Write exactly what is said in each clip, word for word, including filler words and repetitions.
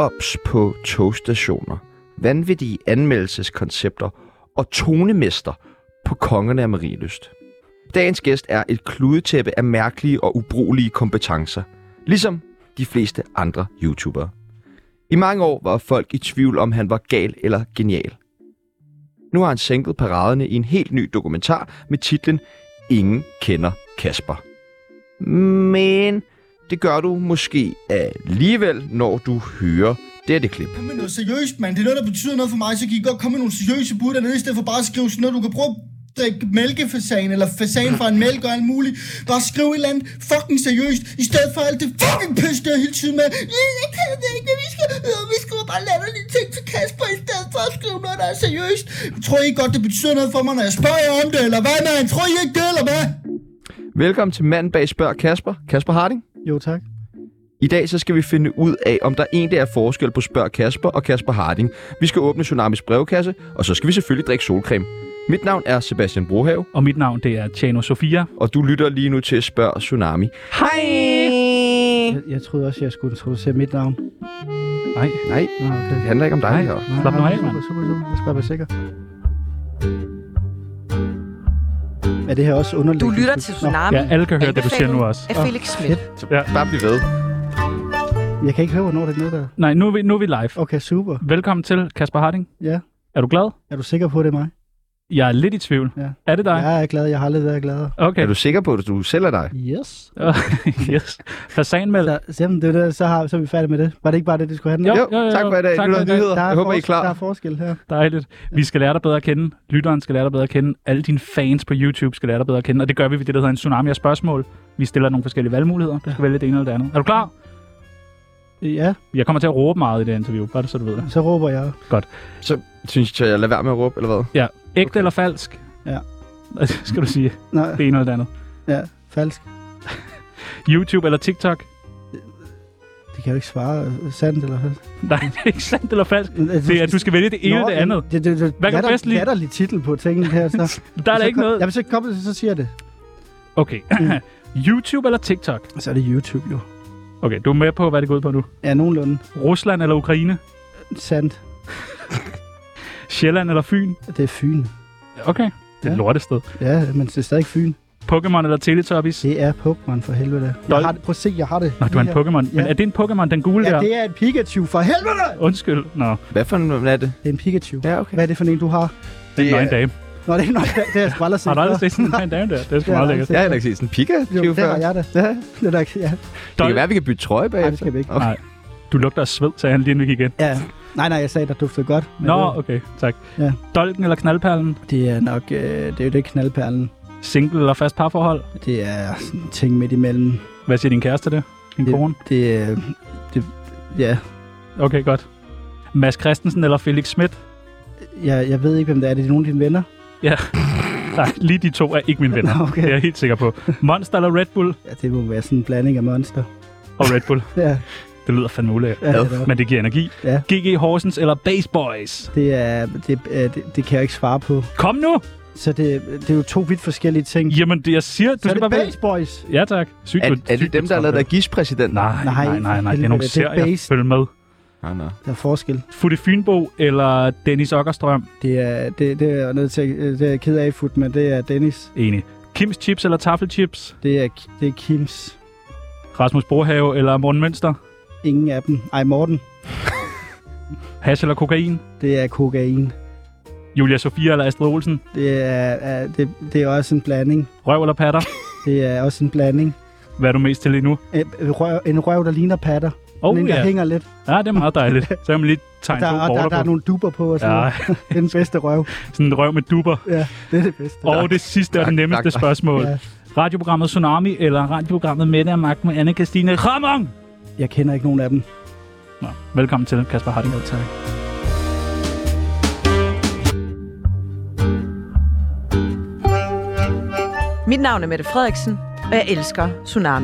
ops på togstationer, vanvittige anmeldelseskoncepter og tonemester på Kongerne af Marielyst. Dagens gæst er et kludetæppe af mærkelige og ubrugelige kompetencer, ligesom de fleste andre YouTubere. I mange år var folk i tvivl om, han var gal eller genial. Nu har han sænket paraderne i en helt ny dokumentar med titlen Ingen kender Kasper. Men det gør du måske alligevel, når du hører dette klip. Kom med noget seriøst, mand. Det er noget, der betyder noget for mig, så kan I godt komme med nogle seriøse bud dernede, i stedet for bare at skrive sådan noget, du kan prøve drikke mælkefasan, eller fasan fra en mælk og alt muligt. Bare skriv et eller andet fucking seriøst, i stedet for alt det fucking pis, der hele tiden med. Jeg kan det ikke, vi skal, vi skriver bare latterlige ting til Kasper, i stedet for at skrive noget, der er seriøst. Tror I godt, det betyder noget for mig, når jeg spørger jer om det, eller hvad, man? Tror I ikke det, eller hvad? Velkommen til Manden bag Spørg Kasper. Kasper Harding. Jo, tak. I dag så skal vi finde ud af, om der egentlig er forskel på Spørg Kasper og Kasper Harding. Vi skal åbne Tsunamis brevkasse, og så skal vi selvfølgelig drikke solcreme. Mit navn er Sebastian Brohave. Og mit navn, det er Tjano Sofia. Og du lytter lige nu til Spørg Tsunami. Hej! Jeg, jeg troede også, jeg skulle introducere mit navn. Nej. Nej, Nå, okay. det handler ikke om dig Nej. her. Slap nu af, super, mand. super, super. Jeg skal bare være sikker. Er det her også underligt? Du lytter til Tsunami. Ja, alle kan høre det, du siger nu også. Af Felix Schmidt. Så bare bliv ved. Jeg kan ikke høre, hvornår det er nede der. Nej, nu er vi, nu er vi live. Okay, super. Velkommen til Kasper Harding. Ja. Er du glad? Er du sikker på, at det er mig? Jeg er lidt i tvivl. Ja. Er det dig? Jeg er glad. Jeg har aldrig været gladere. Okay. Er du sikker på, at du selv er dig? Yes. Yes. Fasanmeld. Så, så, jamen, det er det, så, har, så er vi færdige med det. Var det ikke bare det, det skulle handle om? Jo, Jo, jo, jo, tak for i dag. tak Nu for er i der dag. nyheder. Der er Jeg håber, I er fors- klar. Der er forskel her. Dejligt. Vi skal lære dig bedre at kende. Lytteren skal lære dig bedre at kende. Alle dine fans på YouTube skal lære dig bedre at kende. Og det gør vi ved det, der hedder en Tsunami af spørgsmål. Vi stiller nogle forskellige valgmuligheder. Du skal vælge det ene eller det andet. Er du klar? Ja, Jeg kommer til at råbe meget i det interview. Bare det, så du ved det. så råber jeg. Så synes jeg, jeg lader være med at råbe, eller hvad? Ja. Ægte Okay. eller falsk? Ja. Skal du sige Nej, det ene eller det andet? ja, falsk. YouTube eller TikTok? Det kan jeg jo ikke svare. Sandt eller falsk? Nej, det er ikke sandt eller falsk. Det er, at du skal vælge det ene eller det andet. Det, det, det, Hvad kan du bedst lide? latterlig titel på tingene her. Så. Der er der så ikke kom, noget. Jamen, så kom så siger jeg det. Okay. YouTube eller TikTok? Så er det YouTube jo. Okay, du er med på, hvad det går ud på nu. Ja, nogenlunde. Rusland eller Ukraine? Sandt. Sjælland eller Fyn? Det er Fyn. Okay, det er Ja. et lortested. Ja, men det er stadig Fyn. Pokémon eller Teletubbies? Det er Pokémon for helvede. Dol- Jeg har det. Prøv at se, jeg har det. Nå, du er en Lige her. Pokémon. Men Ja. er det en Pokémon, den gule Ja, der? det er en Pikachu for helvede! Undskyld. Nå, Hvad for en er det? Det er en Pikachu. Ja, okay. Hvad er det for en, du har? det er en nøgen dame. Nå, det er, nå, det, det er jeg sgu aldrig set. Har du aldrig før. set sådan en nøgen dame der? Det er sgu Det har meget jeg lækkert. aldrig Jeg har heller ikke set sådan en Pikachu Jo, det før. har jeg da. Ja. Det er da, ja. Det kan være, vi kan bytte trøje bagefter. Nej, det skal vi ikke. Nej, du lugter af sved, sagde han lige inden vi gik ind. Ja. Nej, nej, jeg sagde, der duftede godt. men Nå, det, okay, tak. Ja. Dolken eller knaldperlen? det er nok, øh, det er jo det knaldperlen. Single eller fast parforhold? Det er sådan en ting midt imellem. Hvad siger din kæreste det? Din Det, kone? det, er- det, ja, Okay, godt. Mads Christensen eller Felix Schmidt? jeg, jeg ved ikke, hvem det er. Det er nogle af dine venner. Ja. Nej, lige de to er ikke mine venner. Nå, okay. Det er jeg helt sikker på. Monster eller Red Bull? Ja, det må være sådan en blanding af monster. Og Red Bull. Ja, Det lyder fandme ulækkert. ja, det, er, Men det giver energi. Ja. G G Horsens eller Base Boys? det, er, det, er, det, det kan jeg ikke svare på. Kom nu! Så det, det er jo to vidt forskellige ting. Jamen, det jeg siger, du Så er skal det bare vælge. Base Boys. Ja, tak. Sygt, Er, du- er sygt, det dem, du der har lavet tror der giftpræsident? Nej, Nej, nej, nej, nej. Det er helvede, nogle det er serier. Base. Følg med. Nej, nej. Der er forskel. Futte Fynbo eller Dennis Okkerstrøm? Det er, det, det er jeg nødt til, det er jeg ked af, Fut, men det er Dennis. Enig. Kims Chips eller Taffelchips? Det er, det er Kims. Rasmus Brohave eller Morten Mønster? Ingen af dem. Ej, Morten. Hash eller kokain? Det er kokain. Julia Sofia eller Astrid Olsen? Det er, er, det, det er også en blanding. Røv eller patter? Det er også en blanding. Hvad er du mest til lige nu? En røv, en røv der ligner patter. Oh, den, der ja. hænger lidt. Ja, det er meget dejligt. Så kan man lige tegne Der, to og der, border der er på. nogle duber på og sådan Ja, noget. Det er den bedste røv. sådan en røv med duber. Ja, det er det bedste. Og det sidste er det Tak, nemmeste tak, tak. spørgsmål. Ja. Radioprogrammet Tsunami eller radioprogrammet Mette og Magt med Anne Christine Ramon? Jeg kender ikke nogen af dem. Nå, velkommen til Kasper Harding. Jo, tak. Mit navn er Mette Frederiksen, og jeg elsker Tsunami.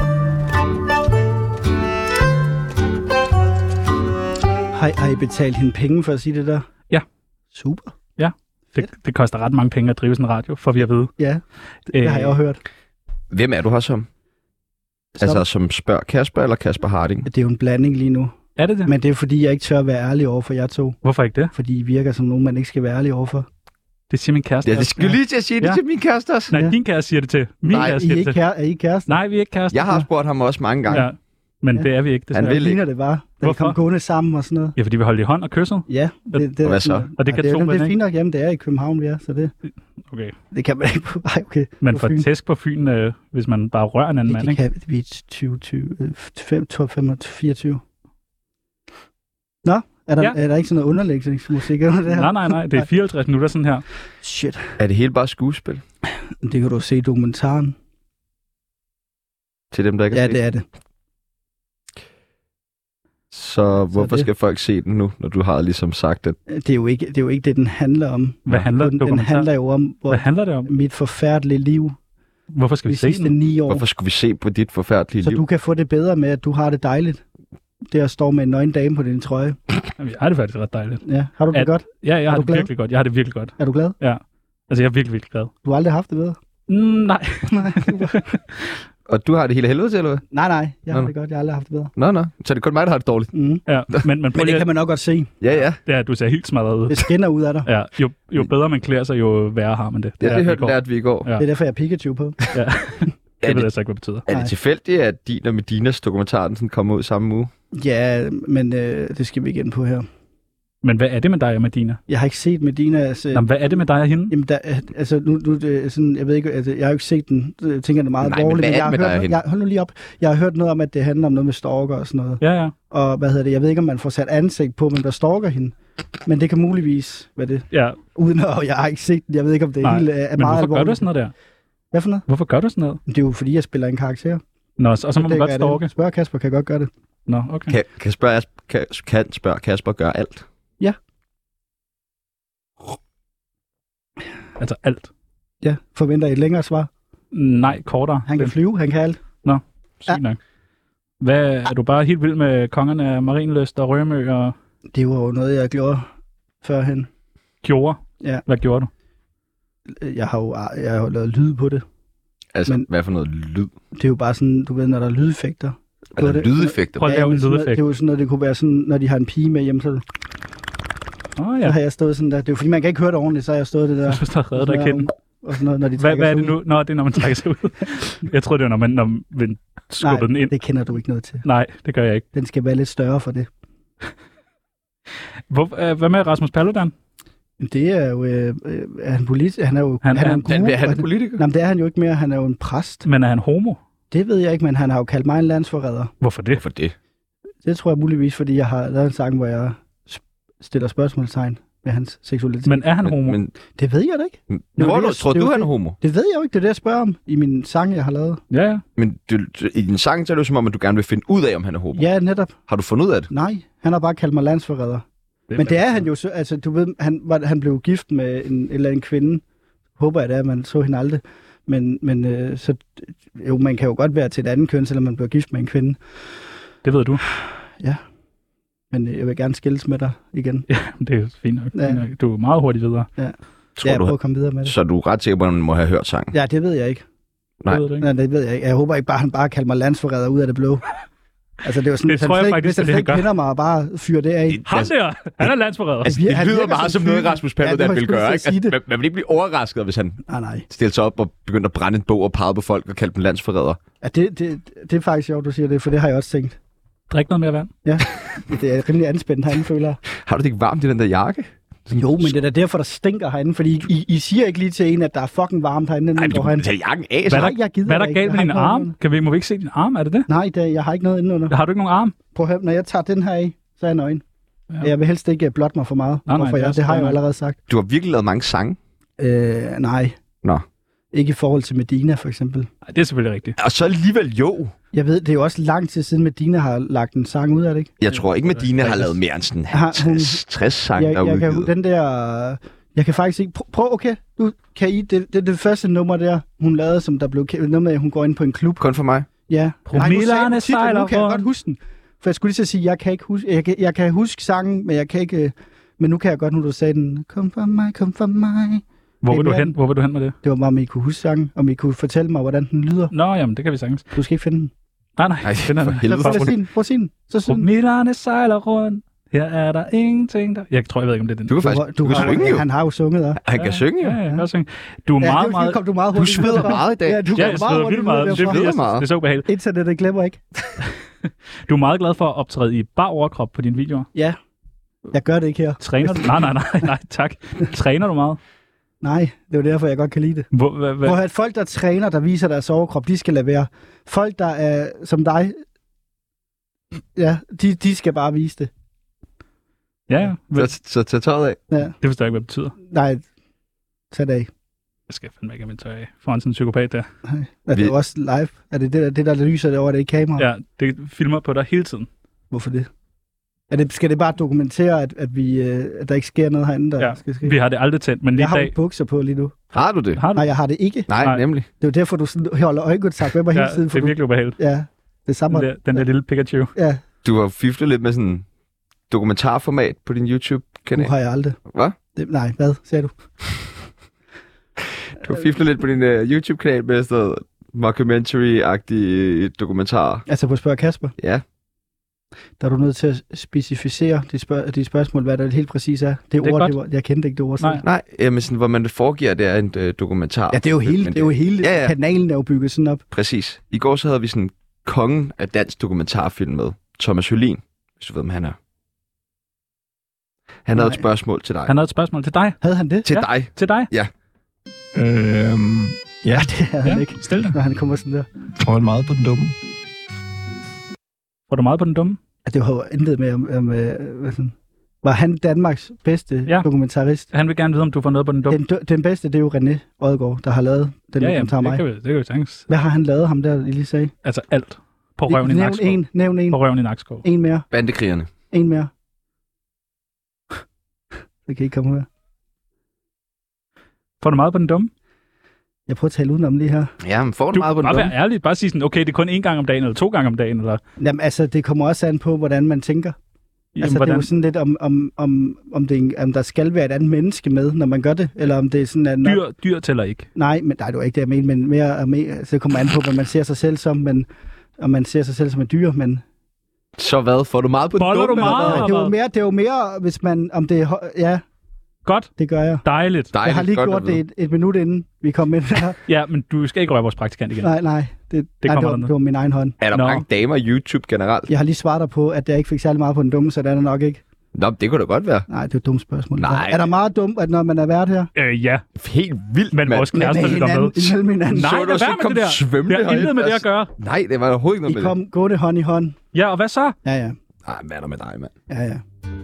Har, har I betalt hende penge for at sige det der? Ja. Super. Det, det koster ret mange penge at drive sådan en radio, for vi at vide. Ja, det, det har jeg også hørt. Hvem er du her som? Som, Altså som Spørg Kasper eller Kasper Harding? det er jo en blanding lige nu. Er det det? Men det er fordi, jeg ikke tør at være ærlig overfor jer to. Hvorfor ikke det? Fordi I virker som nogen, man ikke skal være ærlig overfor. Det siger min kæreste. Ja, det skulle lige til at sige det Ja. til min kæreste også. Nej, Ja. din kæreste siger det til. Min Nej, kæreste I siger er, det ikke til. kære, er I kærester? Nej, vi er ikke kærester. Jeg har spurgt ham også mange gange. Ja. Men Ja. det er vi ikke, desværre. Han vil Det ligner ikke. det bare, da Hvorfor? I kom gående sammen og sådan noget. Ja, fordi vi holdt i hånd og kysset. Ja, det, det Og hvad er så? sådan- Og det kan Ej, to det, mænd, det er ikke? fint nok. Jamen, det er i København, vi er, så det, Okay. det kan man ikke på. Ej, okay. Men På for Fyn. tæsk på Fyn, øh, hvis man bare rører en anden Det, mand, det ikke? kan vi er tyve, tyve, fem, fem, fireogtyve. Nå, er der, Ja. er der ikke sådan noget underlægningsmusik under det her? Nej, nej, nej. Det er fireoghalvtreds minutter sådan her. Shit. Er det hele bare skuespil? Det kan du se i dokumentaren. Til dem, der ikke har Ja, set det er det. Så hvorfor det- skal folk se den nu, når du har ligesom sagt, at Det er jo ikke det, er jo ikke det den handler om. Hvad handler den, den dokumentar? handler jo om hvor Hvad handler det om? mit forfærdelige liv Hvorfor skal vi de se sidste den? ni år. hvorfor skulle vi se på dit forfærdelige Så liv? du kan få det bedre med, at du har det dejligt. Det at stå med en nøgen dame på din trøje. Jamen, jeg har det faktisk ret dejligt. Ja, har du det At- godt? Ja, jeg Er har du det glad? virkelig godt. Jeg har det virkelig godt. Er du glad? Altså, jeg er virkelig, virkelig glad. Du har aldrig haft det bedre? Mm, nej. Nej, super. Og du har det hele helvede til, eller hvad? nej, nej, jeg har Nå. det godt. Jeg har aldrig haft det bedre. Nå, nå. Så er det kun mig, der har det dårligt. Mm. Ja, men, men prøv Men det lige kan at... man nok godt se. Ja, ja. Ja, du ser helt smadret ud. Det skinner ud af dig. Ja, jo, jo bedre man klæder sig, jo værre har man det. Det, er det i hørte går. lærte vi i går. Ja. Det er derfor, jeg er Pikachu på. Ja. Er Det ved jeg det, altså ikke, hvad det betyder. er Nej. det tilfældigt, at din og Medinas dokumentar den sådan kommer ud samme uge? Ja, men øh, det skal vi ikke ind på her. Men hvad er det med dig og Medina? Jeg har ikke set Medinas... Øh, Jamen, hvad er det med dig og hende? Jamen, der, altså, nu, nu det er sådan, jeg ved ikke, altså, jeg har jo ikke set den, jeg tænker, det er meget Nej, men dårligt, hvad er jeg har det med dig og hørt, hende? jeg, hold nu lige op, jeg har hørt noget om, at det handler om noget med stalker og sådan noget, Ja, ja. og hvad hedder det, jeg ved ikke, om man får sat ansigt på, men der stalker hende, men det kan muligvis, hvad det, Ja, uden at, jeg har ikke set den, jeg ved ikke, om det er, Nej, helt, er men meget hvorfor gør du alvorligt. sådan noget der? Hvad for noget? Hvorfor gør du sådan noget? Det er jo fordi, jeg spiller en karakter. Nå, så, og så må man Det godt gør jeg stalke. det. Spørg Kasper, kan jeg godt gøre det. Nå, okay. Kan, kan, spørge, kan, kan spørge Kasper gøre alt? Altså alt. Ja, forventer I et længere svar. Nej, kortere. Han kan flyve, han kan alt. Sygt nok. Hvad, er du bare helt vild med kongerne af Marienlyst og Rømø og Det var jo noget, jeg gjorde førhen. gjorde? Ja. Hvad gjorde du? Jeg har jo jeg har jo lavet lyd på det. Altså, Men- Men, hvad for noget lyd? Det er jo bare sådan, du ved, når der er lydeffekter. Er der det- lydeffekter? Prøv at lave men en sådan noget- lydeffekt. Det er jo sådan noget, det kunne være sådan, når de har en pige med hjemme, så, Åh oh, ja. så ja, har jeg stået sådan der. Det er jo fordi, man kan ikke høre det ordentligt, så har jeg stået det der. så har reddet dig i kinden. Og sådan noget, når de Hvad, trækker hvad er sig det ud. nu? Nå, det er, når man trækker sig ud. Jeg troede, det var, når man, når man skubber den Nej, ind. det kender du ikke noget til. Nej, det gør jeg ikke. Den skal være lidt større for det. Hvor, øh, hvad med Rasmus Paludan? Det er jo, øh, øh, er han politi- han er jo, Han han, er- er en Han, guru. er han og- politiker? Nej, men det er han jo ikke mere. Han er jo en præst. Men er han homo? Det ved jeg ikke, men han har jo kaldt mig en landsforræder. Hvorfor det? Hvorfor det? Det tror jeg muligvis, fordi jeg har lavet en sang, hvor jeg sp- stiller spørgsmålstegn ved hans seksualitet. Men er han homo? Men, men, det ved jeg da ikke. men tror det, du, jeg- tror det er du, jo han er det. homo? Det ved jeg jo ikke. Det er det, jeg spørger om i min sang, jeg har lavet. Ja, ja. Men du, du, i din sang så er det jo som om, at du gerne vil finde ud af, om han er homo. Ja, netop. Har du fundet ud af det? Nej, han har bare kaldt mig landsforræder. Men det er han jo så, altså du ved, han, var, han blev gift med en, en eller anden kvinde. Håber jeg da, at man så hende aldrig. Men, men øh, så, jo, man kan jo godt være til et andet køn, selvom man bliver gift med en kvinde. Det ved du. Men øh, jeg vil gerne skilles med dig igen. Ja, det er jo fint nok. Ja. Ja. Du er meget hurtigt videre. Tror Ja, jeg du, prøver at komme videre med det. så er du ret sikker på, at man må have hørt sangen? Ja, det ved jeg ikke. Nej. Det ved du ikke. Nej, det ved jeg ikke. Jeg håber ikke bare, han bare kalder mig landsforræder ud af det blå. Altså, det var sådan, Det hvis han tror jeg slet ikke- faktisk, hvis han det slet han ikke gør. kender mig og bare fyrer det af. Ham der! Han er landsforræder. Altså, vi- det han lyder virker meget som som noget, fyren. Rasmus Ja, det Paludan var vil jeg skulle gøre. til at Ikke? sige Altså, det. man, man vil ikke blive overrasket, hvis han Nej, nej. stiller sig op og begynder at brænde en bog og pege på folk og kalde dem landsforrædere. Ja, det, det, det er faktisk sjovt, du siger det, for det har jeg også tænkt. Drik noget mere vand. Det er rimelig anspændt herinde, føler jeg. Har du det ikke varmt i den der jakke? Sådan- Jo, men det er da derfor, der stinker herinde, fordi I, I siger ikke lige til en, at der er fucking varmt herinde, Nej, inden men man du går kan herinde. tage jakken af. Hvad Så. er der- Nej, jeg gider Hvad er der ikke. galt Jeg med har din ikke noget arm? indenunder. Kan vi, må vi ikke se din arm? Er det det? Nej, det, jeg har ikke noget indenunder. Har du ikke nogen arm? Prøv at høre, når jeg tager den her af, så er jeg nøgen. Ja. Ja. Jeg vil helst ikke blotte mig for meget. Nej, nej, Hvorfor det er jeg, det har jeg jo selvfølgelig. allerede sagt. Du har virkelig lavet mange sange. Øh, nej. Nå. Ikke i forhold til Medina, for eksempel. Nej, det er selvfølgelig rigtigt. Og så alligevel jo. Jeg ved, det er jo også lang tid siden, Medina har lagt en sang ud af det, ikke? Jeg tror ikke, Medina har lavet mere end sådan Har hun- halvtreds tres sange, Jeg, der er jeg kan, udgivet. den der... Jeg kan faktisk ikke... Prøv, prøv okay. Nu kan I... Det, det, det første nummer der, hun lavede, som der blev... Noget med, at hun går ind på en klub. Kun for mig. Ja. Promillerne Ej, nu sagde du titlen, sejler Nu kan jeg rundt. godt huske den. For jeg skulle lige så sige, jeg kan ikke huske... Jeg kan, jeg kan huske sangen, men jeg kan ikke... øh, Men nu kan jeg godt, nu du sagde den. Kom for mig, kom for mig. Hvor Det vil er du mere- hen? Hvor vil du hen med det? Det var bare, om I kunne huske sangen, om I kunne fortælle mig, hvordan den lyder. Nå, jamen, det kan vi sagtens. Du skal ikke finde den. Nej, nej. Ej, den er, for helvede. Prøv at sige den. Prøv at sige den. Så syng den. Promillerne sejler rundt. Her er der ingenting, der... Jeg tror, jeg ved ikke, om det er den. Du kan Du, faktisk du, du kan har, synge jo. han har jo sunget, ja. Han kan synge jo. Ja, jeg kan også synge. Du er Ja, meget, det, meget... kom du meget Du hurtigt. sveder derfra. meget i dag. Ja, du Ja, kom jeg meget sveder hurtigt vildt meget. Det, derfra. er, fordi, jeg, meget. det er så ubehageligt. Internettet glemmer ikke. Du er meget glad for at optræde i bar overkrop på dine videoer. Ja, jeg gør det ikke her. Træner du? Nej, nej, nej, nej, tak. Træner du meget? Nej, det er jo derfor, jeg godt kan lide det. Hvor, hvad, hvad? Hvor at folk, der træner, der viser deres overkrop, de skal lade være. Folk, der er som dig, ja, de, de skal bare vise det. Ja, ja. Hvad- Så, så tag tøjet af. Ja. Det forstår jeg ikke, hvad det betyder. Nej, tag det af. Jeg skal fandme ikke have min tøj af. Foran sådan en psykopat der. Nej. Er det Vi- jo også live? Er det det, der, det der lyser derovre, det er i kamera? Ja, det filmer på dig hele tiden. Hvorfor det? Er det? Skal det bare dokumentere, at, at, vi, øh, at der ikke sker noget herinde, der Ja, skal ske? Vi har det aldrig tændt, men lige Jeg har i jo dag... bukser på lige nu. Har du det? Har du? Nej, jeg har det ikke. Nej, Nej. nemlig. Det er jo derfor, du sådan holder øjekontakt med mig Ja, hele tiden. det For er virkelig ubehageligt. du, ja, det samme. Den der, den der lille Pikachu. Ja, Du har fiflet lidt med sådan dokumentarformat på din nu YouTube-kanal. har jeg aldrig. Hvad? Det, nej, hvad sagde du? Du har fiflet lidt på din uh, YouTube-kanal med sådan noget mockumentary-agtige dokumentarer. Altså på Spørg Kasper, Ja. der er du nødt til at specificere de, spørg- de spørgsmål, hvad der helt præcis er. Det, er ord, godt. det var, jeg kendte ikke det ord. selv. Nej. Nej, jamen sådan, hvor man foregiver, det er en uh, dokumentar. Ja, det er jo hele, Men det er jo hele Ja, ja. kanalen er jo bygget sådan op. Præcis. I går så havde vi sådan kongen af dansk dokumentarfilm med, Thomas Hølin, hvis du ved, hvem han er. Han havde et Nej. spørgsmål til dig. Han havde et spørgsmål til dig. Havde han det? Til Ja. dig. Til dig. Øhm, ja, Det havde han Ja, ikke, stil dig. når han kommer sådan der. får han meget på den dumme. Var du meget på den dumme? Ja, det var jo intet med, om, om øh, hvad sådan, var han Danmarks bedste Ja. ja. dokumentarist? Han vil gerne vide, om du får noget på den dumme. Den, dø- den bedste, det er jo René Odgaard, der har lavet den Ja, ja, dokumentar om det mig. kan vi, det kan vi sagtens. Hvad har han lavet, ham der, I lige sagde? Altså alt. På røven i Nævn Nakskov. en, nævn en, På røven i Nakskov. en mere, Bandekrigerne. en mere. Det kan ikke komme her. Får du meget på den dumme? Jeg prøver at tale udenom lige her. Ja, men får du, Du meget på den bare dumme? være ærlig. Bare sige sådan, okay, det er kun én gang om dagen, eller to gange om dagen, eller... Jamen, altså, det kommer også an på, hvordan man tænker. Jamen, Altså, det er hvordan? jo sådan lidt, om, om, om, om, det er en, om der skal være et andet menneske med, når man gør det, eller om det er sådan, at... Dyr, dyr tæller ikke. Nej, men nej, det var ikke det, jeg mener, men mere, mere altså, det kommer an på, hvad man ser sig selv som, men om man ser sig selv som et dyr, men... Så hvad? Får du meget på den Boller dumme? du eller meget? hvad? Nej, det er jo mere, det er jo mere, hvis man, om det er, hø- ja, Godt. det gør jeg. Dejligt. Dejligt, Jeg har lige godt gjort at vide. det et, et minut inden vi kom ind her. Ja, men du skal ikke røre vores praktikant igen. Nej, nej, det, det, nej, kommer det, var, der nu. det var min egen hånd. Er der Nå. mange damer i YouTube generelt? Jeg har lige svaret dig på, at jeg ikke fik særlig meget på den dumme, så det er der nok ikke. Nå, det kunne da godt være. Nej, det er et dumt spørgsmål. Nej. Er der meget dumt, at når man er vært her? Øh, ja, Helt vildt, men mand. vores kærester Med lytter med. hinanden, imellem hinanden. Nej, Så du lad også være kom med det der. svømmende Det har intet med det at gøre. Nej, det var overhovedet ikke I noget med det. kom gående hånd i hånd. Ja, og hvad så? Ja, ja. Nej, hvad er der med dig, mand? Ja, ja.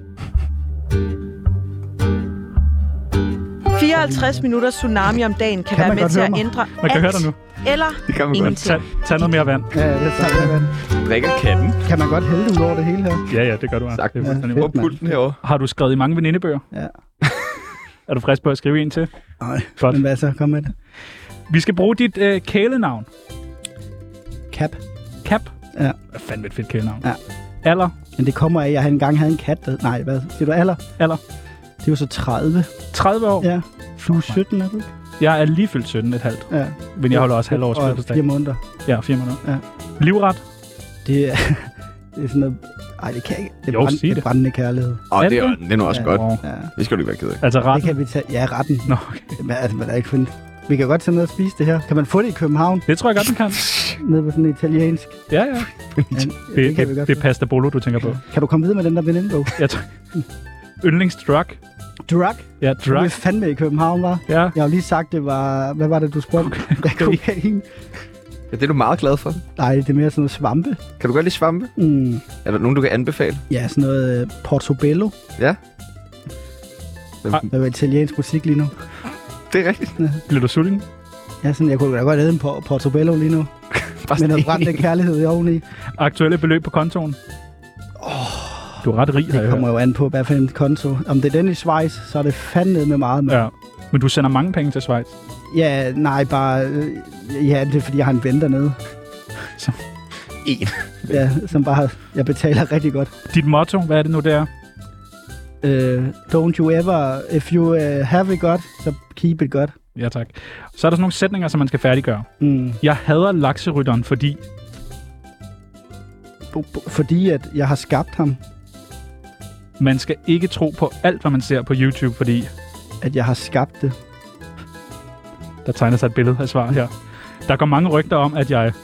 fireoghalvtreds minutter tsunami om dagen kan, Kan være man med godt til høre at mig? ændre Man kan høre dig nu. eller Det kan man godt. ingenting. Tag, tag noget mere vand. Ja, det tager jeg vand. Drikker katten. Kan man godt hælde ud over det hele her? Ja, ja, det gør du. Ja. Sagt. Det er fuldstændig Ja. På pulten herovre. Har du skrevet i mange venindebøger? Ja. Er du frisk på at skrive en til? Nej, Godt. men hvad så? Kom med det. Vi skal bruge dit øh, kælenavn. Cap. Cap. Ja. Hvad fanden et fedt kælenavn. Ja. Alder. Men det kommer af, at jeg engang havde en kat. Der... Nej, hvad? Siger du alder? Alder. Det var så tredive. tredive år. Ja. Du er sytten, er du ikke? Jeg er lige fyldt sytten et halvt. Ja. Men jeg holder også halvårs Og fødselsdag. fire måneder. Ja, fire måneder. Ja. Livret. Det er, det er sådan noget... Ej, det kan ikke. Det er, Jo, brand, sig det det. er brændende kærlighed. Åh, Er det er, det? det er nu også Ja. godt. Åh. Ja. Det skal du ikke være ked af. Altså Det retten. kan vi tage... Ja, retten. Nå, okay. Men, altså, man er ikke fundet... Vi kan godt tage ned og spise det her. Kan man få det i København? Det tror jeg godt, man kan. Nede på sådan en italiensk? Ja, ja. Ja, Det, det, det, kan vi det, godt det er få. pasta bolo, du tænker på. Kan du komme videre med den der venindebog? Jeg tror... Yndlingsdrug. Drug? Ja, Du drug. er fandme i København, var? Ja. Jeg har jo lige sagt, det var... Hvad var det, du spurgte? Ja, kokain. Ja, det er du meget glad for. Nej, det er mere sådan noget svampe. Kan du godt lide svampe? Mm. Er der nogen, du kan anbefale? Ja, sådan noget uh, Portobello. Ja. Ah. Det var italiensk musik lige nu. Det er rigtigt. Bliver du sulten? Ja, sådan, jeg kunne da godt æde en por- Portobello lige nu. Bare Med noget sådan brændende en. kærlighed i oveni. Aktuelle beløb på kontoen? Du er ret rig, har Det jeg kommer hørt. jo an på, hvad for en konto. Om det er den i Schweiz, så er det fandme med meget. Ja. Ja. Men du sender mange penge til Schweiz. ja, nej, bare... Øh, ja, det er fordi, jeg har en ven dernede. Så. En. Ja, som bare... Jeg betaler rigtig godt. Dit motto, hvad er det nu, det er? Uh, don't you ever... If you uh, have it godt, så keep it godt. Ja, tak. Så er der sådan nogle sætninger, som man skal færdiggøre. Mm. Jeg hader lakserytteren, fordi... fordi at jeg har skabt ham. Man skal ikke tro på alt, hvad man ser på YouTube, fordi At jeg har skabt det. der tegner sig et billede af svar her. Der går mange rygter om, at jeg...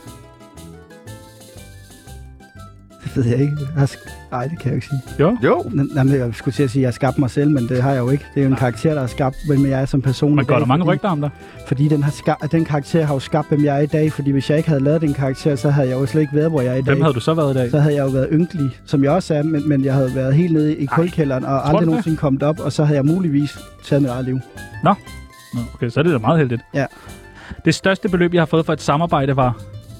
Det ved jeg ikke. Jeg har sk- Nej, det kan jeg ikke sige. Jo, Jo. N- Jamen, jeg skulle til at sige, at jeg har skabt mig selv, men det har jeg jo ikke. Det er jo en karakter, der har skabt, hvem jeg er som person man i går dag. der mange fordi, rygter om dig. Fordi den, har ska- den karakter har jo skabt, hvem jeg er i dag. Fordi hvis jeg ikke havde lavet den karakter, så havde jeg jo slet ikke været, hvor jeg er i dag. Hvem havde du så været i dag? Så havde jeg jo været ynkelig, som jeg også er, men, men jeg havde været helt nede i kulkælderen og du aldrig det? nogensinde kommet op, og så havde jeg muligvis taget mit eget liv. Nå, okay, så er det da meget heldigt. Ja. Det største beløb, jeg har fået for et samarbejde var...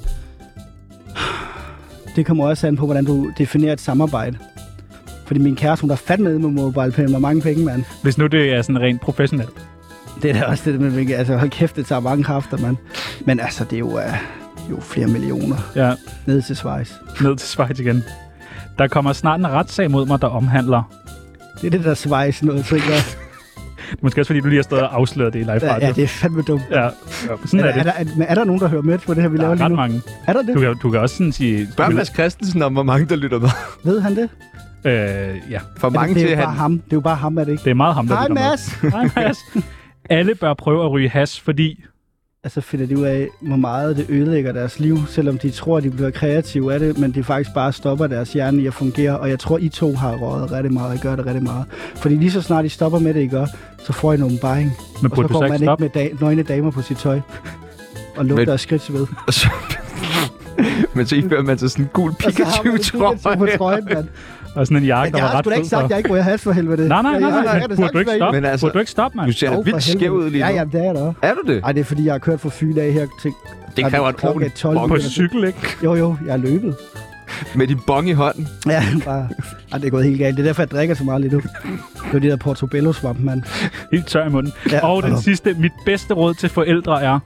Det kommer også an på, hvordan du definerer et samarbejde. Fordi min kæreste, hun der fandt med med MobilePay med mange penge, mand. Hvis nu det er sådan rent professionelt. Det er da også det, men altså hold kæft, det tager mange kræfter, mand. Men altså, det er jo, uh, jo flere millioner Ja, ned til Schweiz. ned til Schweiz igen. Der kommer snart en retssag mod mig, der omhandler... Det er det der Schweiz noget, så ikke? Måske også fordi du lige har stået og afsløret det i live Ja, radio. ja, det er fandme dumt. Ja, ja, sådan Er, er der, er, det. der, er, men er der nogen, der hører med på det her, vi Der laver er lige ret nu? mange. Er der det? Du kan, du kan også sådan sige... Spørg Mads Christensen om, hvor mange der lytter med. Ved han det? Øh, ja, For mange det er til jo bare han... ham. Det er jo bare ham, er det ikke? det er meget ham, der Hej, lytter med. Mads! Hej, Mads. Alle bør prøve at ryge hash, fordi... Altså finder de ud af, hvor meget det ødelægger deres liv, selvom de tror, at de bliver kreative af det, men de faktisk bare stopper deres hjerne i at fungere. Og jeg tror, I to har røget rigtig meget og gør det rigtig meget. Fordi lige så snart I stopper med det, I gør, så får I en åbenbaring. Men Og så burde du går så man ikke ikke stoppe? med da- nøgne damer på sit tøj. Og lugter Men- af skridtsved. Men så ifører man sig sådan en gul Og så har man en Pikachu på Pikachu-trøje. trøjen, mand. Og sådan en jakke, der Jeg var har ret sgu da ikke fed sagt, for... at jeg ikke ryger hash for helvede. Nej, nej, nej, Jeg- jeg- nej. jeg- nej. jeg- Burde du ikke jeg- stoppe? Men altså- Burde du ikke stoppe, Du mand? ser da Jo, for vildt skæv helvede. ud lige Ja, nu. ja, det er der. Er du det? Ej, det er fordi, jeg har kørt fra Fyn af her til... Det kræver en klokken er ordentlig tolv. På cykel, ikke? Jo, jo, jeg er løbet. Med din bong i hånden. Ja, bare... Ej, det er gået helt galt. Det er derfor, jeg drikker så meget lige nu. Det er de der Portobello-svamp, mand. Helt tør i munden. Ja. Og den sidste, mit bedste råd til forældre er...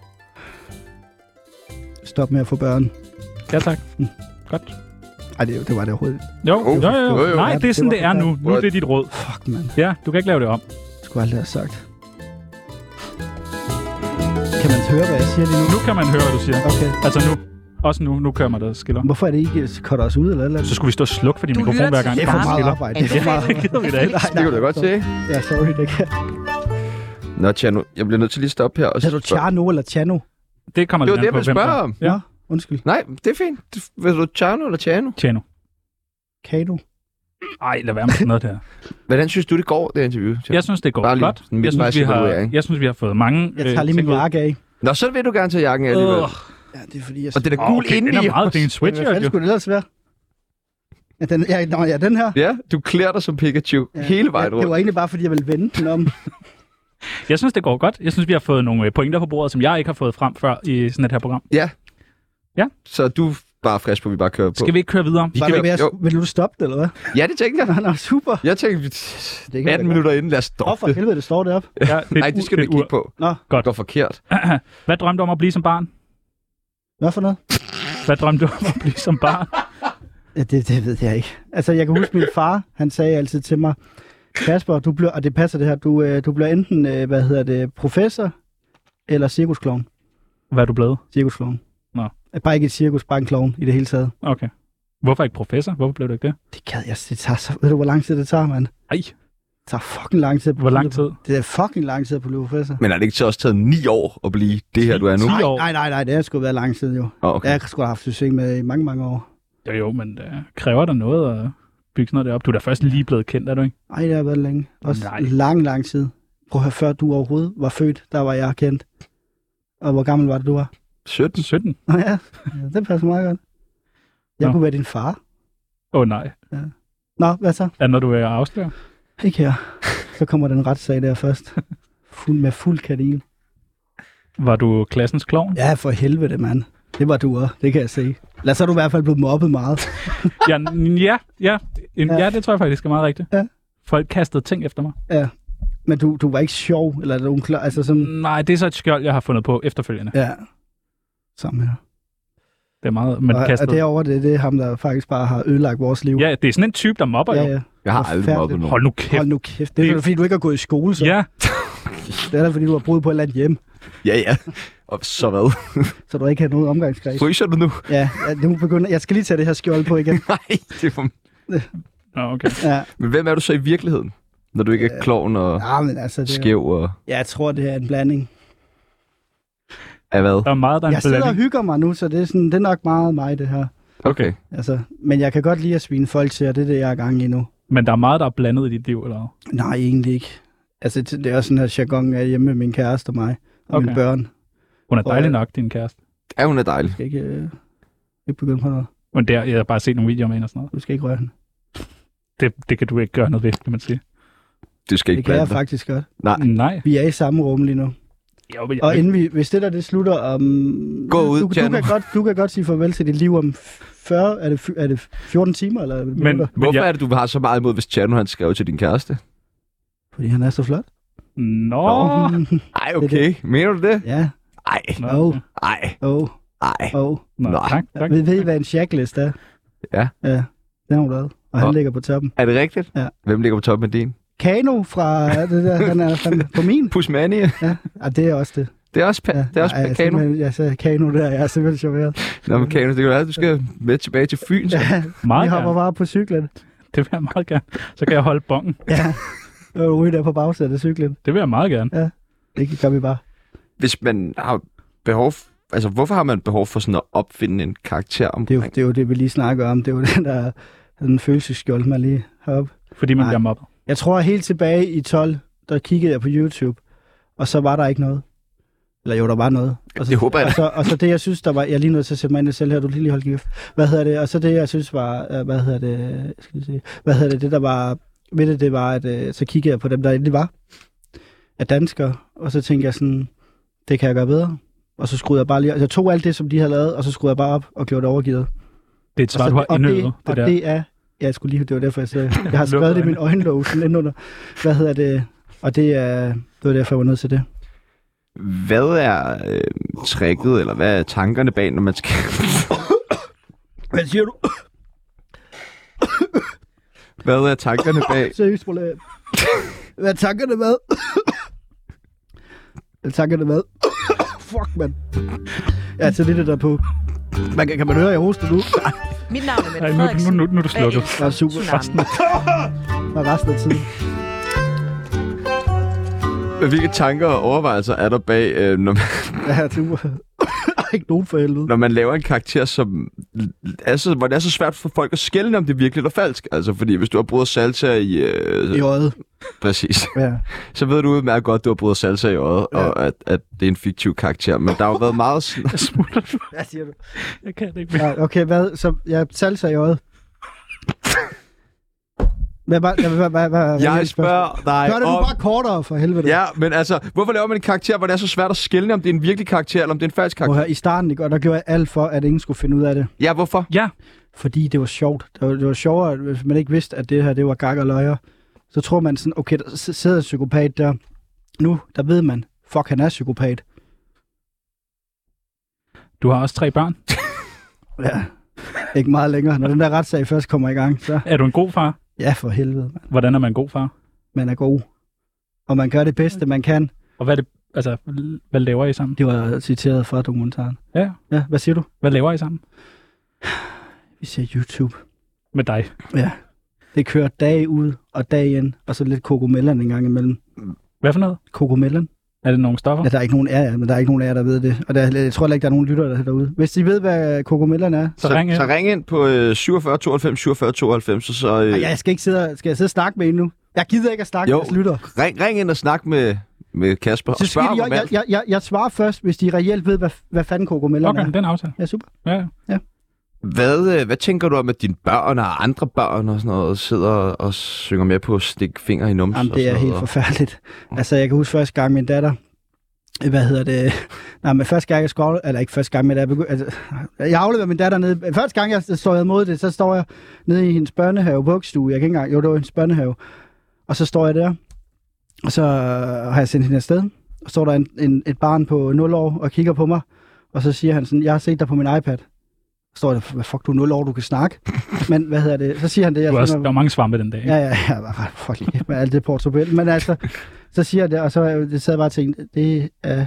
Stop med at få børn. Ja, tak. Mm. Godt. Ej, det, det var det overhovedet. Jo, Oh, jo, jo, jo, jo. jo. Nej, Ja, det er det sådan, var det er nu. Nu er det dit råd. Fuck, mand. Ja, du kan ikke lave det om. Det skulle jeg aldrig have sagt. Kan man høre, hvad jeg siger lige nu? Nu kan man høre, hvad du siger. Okay. Altså nu. Også nu. Nu kører man der skiller. Hvorfor er det ikke cutter os ud, eller eller? Så skulle vi stå og slukke for din Du mikrofon lytter hver til gang. Det er der for kommer meget skiller. arbejde. Det er for meget. Det gider vi da ikke. Det kan du da godt se. Ja, sorry, det kan. Nå, Tjano, jeg bliver nødt til lige at stoppe her. Og Er du Tjano eller Tjano? Det kommer Det lidt var an det, på, jeg ville hvem spørge der- om. Ja. Nå, undskyld. Nej, det er fint. Vil du Tjano eller Tjano? Tjano. Kado. Ej, lad være med sådan noget der. Hvordan synes du, det går, det interview? Tjano? Jeg synes, det går Bare lige godt. sådan en Jeg synes, vi har, midtvejsevaluering. jeg synes, vi har fået mange... Jeg tager lige min jakke af. Nå, så vil du gerne tage jakken af alligevel. Øh, Ja, det er fordi, jeg... Og den er Åh, gul okay, inde den i er meget, det er en Hvad sweatshirt, fanden jo. skulle det ellers være? Ja, den, ja, nå, ja, den her. Ja, du klæder dig som Pikachu Ja. hele vejen Ja, det rundt. var egentlig bare, fordi jeg ville vende den om. Jeg synes, det går godt. Jeg synes, vi har fået nogle øh, pointer på bordet, som jeg ikke har fået frem før i sådan et her program. Ja. Ja. Så du er bare frisk på, at vi bare kører på. Skal vi ikke køre videre? Vi Var kan- du ved at, jo. vil du stoppe det, eller hvad? Ja, det tænker jeg. Nå, nå, super. Jeg tænker, vi- Det kan atten minutter inden, lad os Åh, for stoppe det. helvede, det står deroppe. Ja, det er Nej, et det skal du ur- ikke et kigge på. Nå, Det går forkert. ur. Hvad drømte du om at blive som barn? hvad for noget? Hvad drømte du om at blive som barn? Ja, det, det ved jeg ikke. Altså, jeg kan huske, min far, han sagde altid til mig, Kasper, du bliver, og det passer det her, du, øh, du bliver enten, øh, hvad hedder det, professor eller cirkusklovn. Hvad er du blevet? Cirkusklovn. Nå. Bare ikke et cirkus, bare en klovn i det hele taget. Okay. Hvorfor ikke professor? Hvorfor blev du ikke det? Det gad jeg, det tager så, ved du, hvor lang tid det tager, mand? Ej, Det tager fucking lang tid. at hvor blive- lang tid? Det er fucking lang tid at blive professor. Men er det ikke så også taget ni år at blive det her, du er nu? Ti Nej, år. nej, nej, nej, det har sgu været lang tid jo. Oh, okay. Jeg har sgu da haft succes med i mange, mange år. Jo, jo, men det kræver der noget at bygge sådan noget derop. Du er da først lige blevet kendt, er du ikke? Nej, det har været længe. Også Nej. lang, lang tid. Prøv at høre, før du overhovedet var født, der var jeg kendt. Og hvor gammel var det, du var? sytten. sytten? Nå ja, ja det passer meget godt. Jeg Nå. kunne være din far. Åh oh, nej. Nå, hvad så? Er det, når du er afsløret? Ikke her. Så kommer den retssag der først. Fuld med fuld kardin. Var du klassens klovn? Ja, for helvede, mand. Det var du også, det kan jeg se. Lad så er du i hvert fald blevet mobbet meget. Ja, n- ja, ja. En, Ja. ja, det tror jeg faktisk er meget rigtigt. Ja. Folk kastede ting efter mig. Ja. Men du, du var ikke sjov, eller er du klar? Altså sådan... Nej, det er så et skjold, jeg har fundet på efterfølgende. Ja. Sammen her. Det er meget, man Og, kastede. og derovre, det, det er ham, der faktisk bare har ødelagt vores liv. Ja, det er sådan en type, der mobber ja, jo. ja. Jeg har aldrig Forfærdeligt. mobbet nogen. Hold nu kæft. Hold nu kæft. Det er Det- fordi, du ikke har gået i skole, så. Ja, Det er da, fordi du har brudt på et eller andet hjem. Ja, ja. Og så hvad? Så du ikke har noget omgangskreds. Fryser du nu? Ja, ja, nu begynder... Jeg skal lige tage det her skjold på igen. Nej, det er for... Nå, okay. Ja. Men hvem er du så i virkeligheden? Når du ikke er klovn og Ja, men altså, det er, skæv og... ja, jeg tror, det er en blanding. Af hvad? Der er meget, der er en Jeg sidder og blanding. hygger mig nu, så det er, sådan, det er nok meget mig, det her. Okay. Altså, men jeg kan godt lide at svine folk til, og det er det, jeg er i gang i nu. Men der er meget, der er blandet i dit liv, eller hvad? Nej, egentlig ikke. Altså, det er også sådan her jargon af hjemme med min kæreste og mig. Og Okay. mine børn. Hun er dejlig Og- nok, din kæreste. Ja, hun er dejlig. Jeg skal ikke, øh, ikke begynde på noget. Men der, jeg har bare set nogle videoer med hende og sådan noget. Du skal ikke røre hende. Det, det kan du ikke gøre noget ved, kan man sige. Du skal ikke Det kan jeg blande dig. faktisk godt. Nej. Nej. Vi er i samme rum lige nu. Jo, men jeg, Og inden vi, hvis det der det slutter om... Gå ud, du, du, Tjerno. kan godt, du kan godt sige farvel til dit liv om fyrre... Er det, fy- er det fjorten timer, eller er det men, minutter? men Hvorfor jeg, er det, du har så meget imod, hvis Tjerno han skrev til din kæreste? Fordi han er så flot. Nå. Ej, okay. Mener du det? Ja. Ej. Nå, Åh. okay. Ej. Åh. Ej. Åh. Nå, Nej. tak, tak. Ved, ved I, hvad en checklist er? Ja. Ja. Den har hun lavet. Og han Nå. ligger på toppen. Er det rigtigt? Ja. Hvem ligger på toppen af din? Kano fra... Det der, han er fandme på min. Pusmania. Ja. Ja, det er også det. Det er også, pa- Ja. det er også Ej, jeg, Kano. simpelthen- jeg sagde Kano der. Jeg er simpelthen chokeret. Nå, men Kano, det kan være, at du skal med tilbage til Fyn. Så. Ja. Vi Meget hopper gerne. bare på cyklen. Det vil jeg meget gerne. Så kan jeg holde bongen. Ja. Og ryge der på bagsædet af cyklen. Det vil jeg meget gerne. Det gør vi bare. Hvis man har behov... f- Altså, hvorfor har man behov for sådan at opfinde en karakter Det er, jo, omkring? det er jo det, vi lige snakker om. Det er jo den der den følelsesskjold, man lige har op. Fordi man Nej. bliver mobbet. Jeg tror, helt tilbage i tolv, der kiggede jeg på YouTube, og så var der ikke noget. Eller jo, der var noget. Og så, Det håber jeg da. og så, og så det, jeg synes, der var... Jeg er lige nødt til at sætte mig ind i det selv her. Du lige holde kæft. Hvad hedder det? Og så det, jeg synes var... øh, Hvad hedder det? Jeg skal lige se. Hvad hedder det? Det, der var... Ved det, det var, at øh, så kiggede jeg på dem, der egentlig var af danskere. Og så tænkte jeg sådan, det kan jeg gøre bedre. Og så skruede jeg bare lige... Altså, jeg tog alt det, som de havde lavet, og så skruede jeg bare op og gjorde det overgivet. Det er et svar, Og så- du har og indøvet. det, Det, og der. det er... Ja, jeg skulle lige... Det var derfor, jeg sagde... Jeg har skrevet det i min øjenlåg, sådan ind under... Hvad hedder det? Og det er... Det var derfor, jeg var nødt til det. Hvad er øh, tricket, eller hvad er tankerne bag, når man skal... Hvad siger du? Hvad er tankerne bag? Seriøst, Roland. Hvad er tankerne med? Hvad er tankerne med? Fuck, mand. Jeg er til lidt der på. Man kan, kan man høre, at jeg hoster nu? Mit navn er Mette Ej, nu, Frederiksen. nu, nu, nu er du og jeg slukket. elsker Ja, super. Tsunami. Og resten af tiden. Hvilke tanker og overvejelser er der bag, øh, når, man, Ja, super. Ikke nogen for helvede. når man laver en karakter, som er så, hvor det er så svært for folk at skelne, om det er virkelig eller falsk? Altså, fordi hvis du har brugt salsa i... Øh, I øjet. præcis. Ja. Så ved du udmærket godt, at du har brugt salsa i øjet, Ja. ja. og at, at det er en fiktiv karakter. Men der har jo været meget sådan... Jeg smutter du. Hvad siger du? Jeg kan det ikke mere. Ja, okay, hvad? Så jeg salsa i øjet. Hvad, hvad, hvad, hvad, hvad, hvad, Jeg spørger dig Gør det nu om... bare kortere, for helvede. Ja, men altså, hvorfor laver man en karakter, hvor det er så svært at skelne, om det er en virkelig karakter, eller om det er en falsk Prøv karakter? at høre, i starten, ikke? Og der gjorde jeg alt for, at ingen skulle finde ud af det. Ja, hvorfor? Ja, Fordi det var sjovt. Det var, det var sjovere, hvis man ikke vidste, at det her, det var gag og løjer. Så tror man sådan, okay, der s- sidder en psykopat der. Nu, der ved man, fuck, han er psykopat. du har også tre børn. Ja. Ikke meget længere. Når den der retssag først kommer i gang, så Er du en god far? ja, for helvede, man. Hvordan er man en god far? Man er god. Og man gør det bedste, man kan. Og hvad er det, altså, hvad laver I sammen? Det var citeret fra dokumentaren. Ja, Ja, hvad siger du? hvad laver I sammen? Vi ser YouTube. Med dig. Ja. Det kører dag ud og dag ind, og så lidt kokomelleren en gang imellem. Hvad for noget? Kokomelleren? Er det nogle stoffer? Ja, der er ikke nogen af jer, men der er ikke nogen af jer, der ved det. Og der, jeg tror heller ikke, der er nogen lyttere der er derude. Hvis de ved, hvad kokomelleren er. Så ring ind. Så ring ind på øh, syvogfyrre tooghalvfems syvogfyrre tooghalvfems, og så... Øh, Ej, jeg skal ikke sidde, skal jeg sidde og snakke med en nu? Jeg gider ikke at snakke Jo. med jeres lytter. ring, ring ind og snak med, med Kasper, Så og skal spørg de, ham jeg, om jeg, alt. jeg, jeg, jeg svarer først, hvis de reelt ved, hvad, hvad fanden kokomelleren Okay, er. den aftale. Ja, super. Ja, ja. Hvad, øh, hvad tænker du om, at dine børn og andre børn og sådan noget sidder og synger med på stik finger i numsen? Jamen, og det er sådan helt noget? forfærdeligt. Altså, jeg kan huske første gang, min datter... Hvad hedder det? Nej, men første gang, jeg skole... Eller ikke første gang, men jeg begyndte... Altså, jeg afleverer min datter ned... Første gang, jeg står imod det, så står jeg nede i hendes børnehave, vuggestue. Jeg kan ikke engang... Jo, det var hendes børnehave. Og så står jeg der. Og så har jeg sendt hende afsted. Og står der en, en, et barn på nul år og kigger på mig. Og så siger han sådan, jeg har set dig på min iPad. Så står der, hvad fuck, du er nul år, du kan snakke. Men hvad hedder det? Så siger han det. Jeg Du har også, finder- der var mange svampe den dag. Ikke? Ja, ja, ja, ja, fuck lige med alt det portobel. Men altså, så siger jeg det, og så det sad jeg bare og tænkte, det er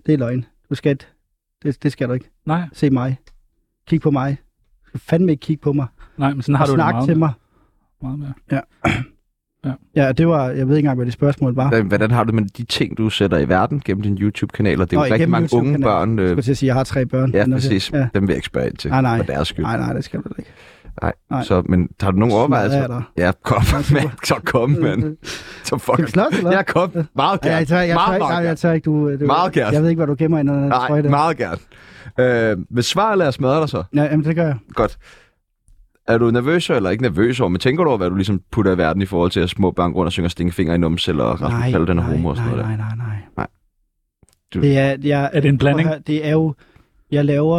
det er løgn. Du skal ikke. Det, det skal du ikke. Nej. Se mig. Kig på mig. Du skal fandme ikke kigge på mig. Nej, men sådan har og du det snak meget til mig. Meget mere. Ja. Ja. Ja, det var, jeg ved ikke engang, hvad det spørgsmål var. Hvordan har du med de ting, du sætter i verden gennem din YouTube-kanaler? Det er Nå, jo rigtig mange unge børn. Øh... Jeg skulle til at sige, at jeg har tre børn. Ja, præcis. Ja. Dem vil jeg ikke spørge ind til. Nej, nej. For deres skyld. Nej, nej, det skal du ikke. Nej, nej. Så, men har du nogen overvejelser? Ja, kom, mand. Så kom, mand. Så fuck. Skal vi slås, eller? Ja, kom. Meget gerne. Ja, jeg tør, jeg meget, tør, meget jeg, jeg tør ikke, du... du meget gerne. Jeg ved ikke, hvad du gemmer ind under den nej, trøje der. meget gerne. Øh, hvis svar eller jeg smadrer dig så? Ja, jamen, det gør jeg. Godt. Er du nervøs eller ikke nervøs over, men tænker du over, hvad du ligesom putter i verden i forhold til at små børn går rundt og synger stinkefinger i numse, eller Rasmus Paludan er homo og sådan nej, noget? Nej, nej, nej, nej. Du... Det er, jeg, er det en blanding? Høre, det er jo... Jeg laver...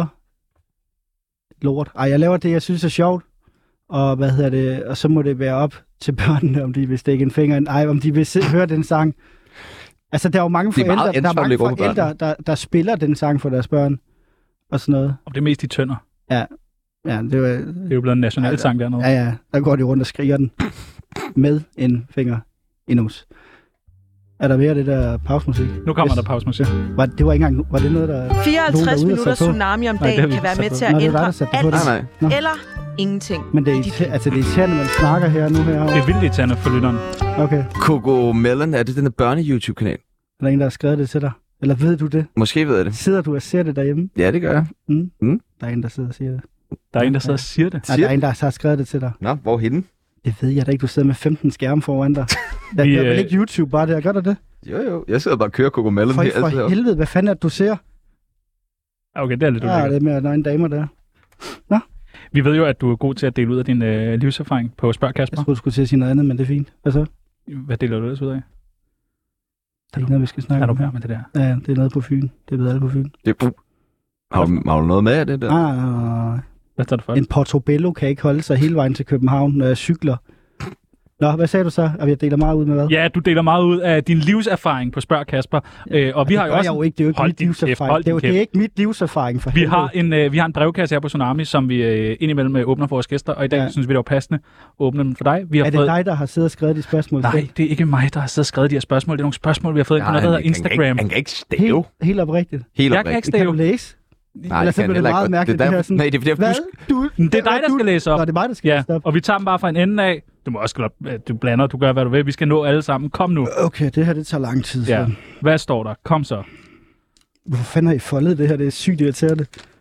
Lort. Ej, jeg laver det, jeg synes er sjovt. Og hvad hedder det? Og så må det være op til børnene, om de vil stikke en finger ind. Ej, om de vil se, høre den sang. Altså, der er jo mange forældre, der, er mange forældre der, der spiller den sang for deres børn. Og sådan noget. Og det er mest i Tønder. Ja. Ja, det, var, det er jo blevet en national ja, sang dernede. Ja, ja. Der går de rundt og skriger den med en finger i nus. Er der mere af det der pausemusik? Nu kommer yes. der pausemusik. Var, det var ikke engang... Var det noget, der... fireoghalvtreds minutter tsunami om dagen kan være med til at Nå, ændre alt nej, nej. eller ingenting. Men det er, irriter- altså, det er irriterende, man snakker her nu her. Det er vildt irriterende for lytteren. Okay. Coco Melon, er det den der børne-YouTube-kanal? Er der en, der har skrevet det til dig? Eller ved du det? Måske ved jeg det. Sidder du og ser det derhjemme? Ja, det gør jeg. Mm. Mm. Der er en, der sidder og siger det. Der er en, der sidder og siger det? Nej, der er en, der har skrevet det til dig. Nå, hvor henne? Det ved jeg da ikke. Du sidder med femten skærme foran dig. Der er vel ikke YouTube bare der. Gør der det? Jo, jo. Jeg sidder bare og kører Coco Melon. For, for helvede, hvad fanden er det, du ser? Okay, det er lidt ulækkert. Ja, det er med, at der er en damer der. Nå? Vi ved jo, at du er god til at dele ud af din øh, livserfaring på Spørg Kasper. Jeg troede, du skulle til at sige noget andet, men det er fint. Hvad så? Hvad deler du ellers ud af? Det er ikke noget, vi skal snakke om. Er du her med det der? Ja, det er noget på Fyn. Det ved alle på Fyn. Det er... Har du, har du noget med af det der? Nej, nej, nej. Hvad står det for? En Portobello kan ikke holde sig hele vejen til København, når jeg cykler. Nå, hvad sagde du så? At jeg deler meget ud med hvad? Ja, du deler meget ud af din livserfaring på Spørg Kasper. Øh, og vi ja, har jo også... Jeg jo ikke. Det er jo ikke mit livserfaring. Det er, jo, det er ikke mit livserfaring for vi har, en, øh, vi har en brevkasse her på Tsunami, som vi øh, indimellem øh, åbner for vores gæster, og i dag ja. synes vi, det var passende at åbne den for dig. Vi har er det fået... dig, der har siddet og skrevet de spørgsmål? Nej, selv? Det er ikke mig, der har siddet og skrevet de her spørgsmål. Det er nogle spørgsmål, vi har fået ind på noget, der hedder Instagram. Han kan ikke stave. Helt, helt oprigtigt. Helt jeg kan ikke stave. Kan du læse? Nej, eller så bliver det meget mærkeligt, det, det her. Sådan, nej, det er fordi, hvad? Du... Det er dig, der skal læse op. Nå, det er mig, der skal ja. læse op. Og vi tager dem bare fra en ende af. Du må også du blander, du gør, hvad du vil. Vi skal nå alle sammen. Kom nu. Okay, det her, det tager lang tid. Ja. Hvad står der? Kom så. Hvorfor fanden har I foldet det her? Det er sygt irriterende.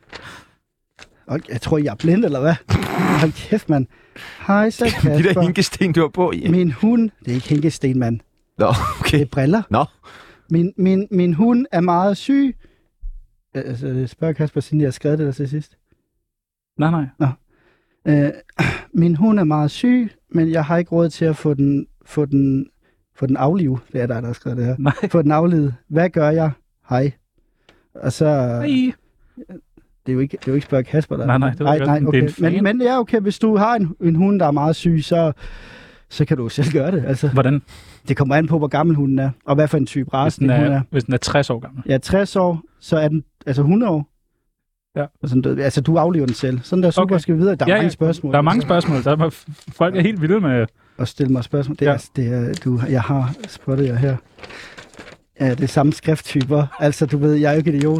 Okay, jeg tror, jeg er blind, eller hvad? Hold kæft, mand. Hej, så Kasper. De der hænkesten, du har på i. Min hund... Det er ikke hænkesten, mand. Nå, okay. Det er briller. Nå. Min, min, min hund er meget syg. Altså, det spørger Kasper, siden jeg har skrevet det der til sidst. Nej, nej. Nå. Øh, min hund er meget syg, men jeg har ikke råd til at få den, få den, få den aflivet. Det er dig, der har skrevet det her. Nej. Få den aflivet. Hvad gør jeg? Hej. Og så... Hej. Det er jo ikke, det er jo ikke spørg Kasper, der. Nej, nej, det nej, nej, okay. det er men, men ja, okay, hvis du har en, en hund, der er meget syg, så, så kan du selv gøre det. Altså. Hvordan? Det kommer an på, hvor gammel hunden er, og hvad for en type race den er. Hvis den er tres år gammel. Ja, tres år, så er den altså hundrede år. Ja. Og sådan død. Altså, du aflever den selv. Sådan der super okay. Skal vi videre. Der er ja, mange ja. spørgsmål. Der er mange spørgsmål. Der er, folk er helt vilde med... At stille mig spørgsmål. Det er, ja. det er, du, jeg har spottet jer her. Ja, det er samme skrifttyper. Altså, du ved, jeg er jo ikke idiot.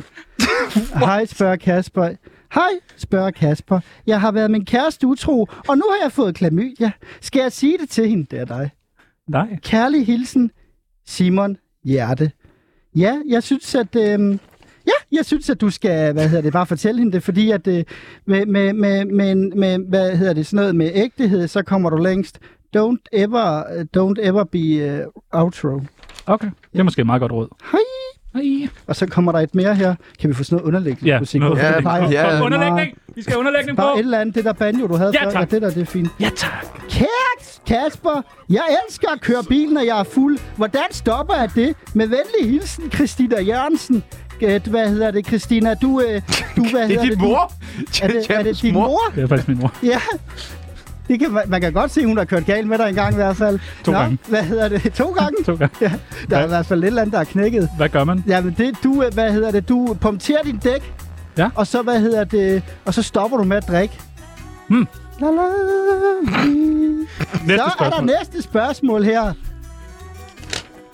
Hej, spørger Kasper. Hej, spørger Kasper. Jeg har været min kæreste utro, og nu har jeg fået klamydia. Skal jeg sige det til hende? Det er dig. Nej. Kærlig hilsen, Simon Hjerte. Ja, jeg synes, at... Øh, Ja, jeg synes, at du skal, hvad hedder det, bare fortælle hende det, fordi at øh, med, med, med, med, med, hvad hedder det, sådan noget med ægtehed, så kommer du længst. Don't ever, don't ever be uh, outro. Okay, det er måske et meget godt råd. Hej. Hej. Og så kommer der et mere her. Kan vi få sådan noget underlægning? Ja, musik? noget Ja, underlægning. Ja, ja. Underlægning! Vi skal have underlægning på! Bare et eller andet, det der banjo, du havde ja, før. Ja, det der, det er fint. Ja, tak. Kært, Kasper, jeg elsker at køre bil, når jeg er fuld. Hvordan stopper jeg det? Med venlig hilsen, Christina Jørgensen. Hvad hedder det, Christina? Du, øh, du hvad det er din mor? Er det, er det din mor? Det er faktisk min mor. Ja. Det kan, man kan godt se, hun har kørt galt med dig en gang i hvert fald. To Nå, gange. Hvad hedder det? To gange? to gange. Ja, der er i hvert fald lidt eller andet, der er knækket. Hvad gør man? Jamen det, du, hvad hedder det, du punkterer din dæk. Ja. Og så, hvad hedder det, og så stopper du med at drikke. Hmm. La, la, næste så spørgsmål. er der næste spørgsmål her.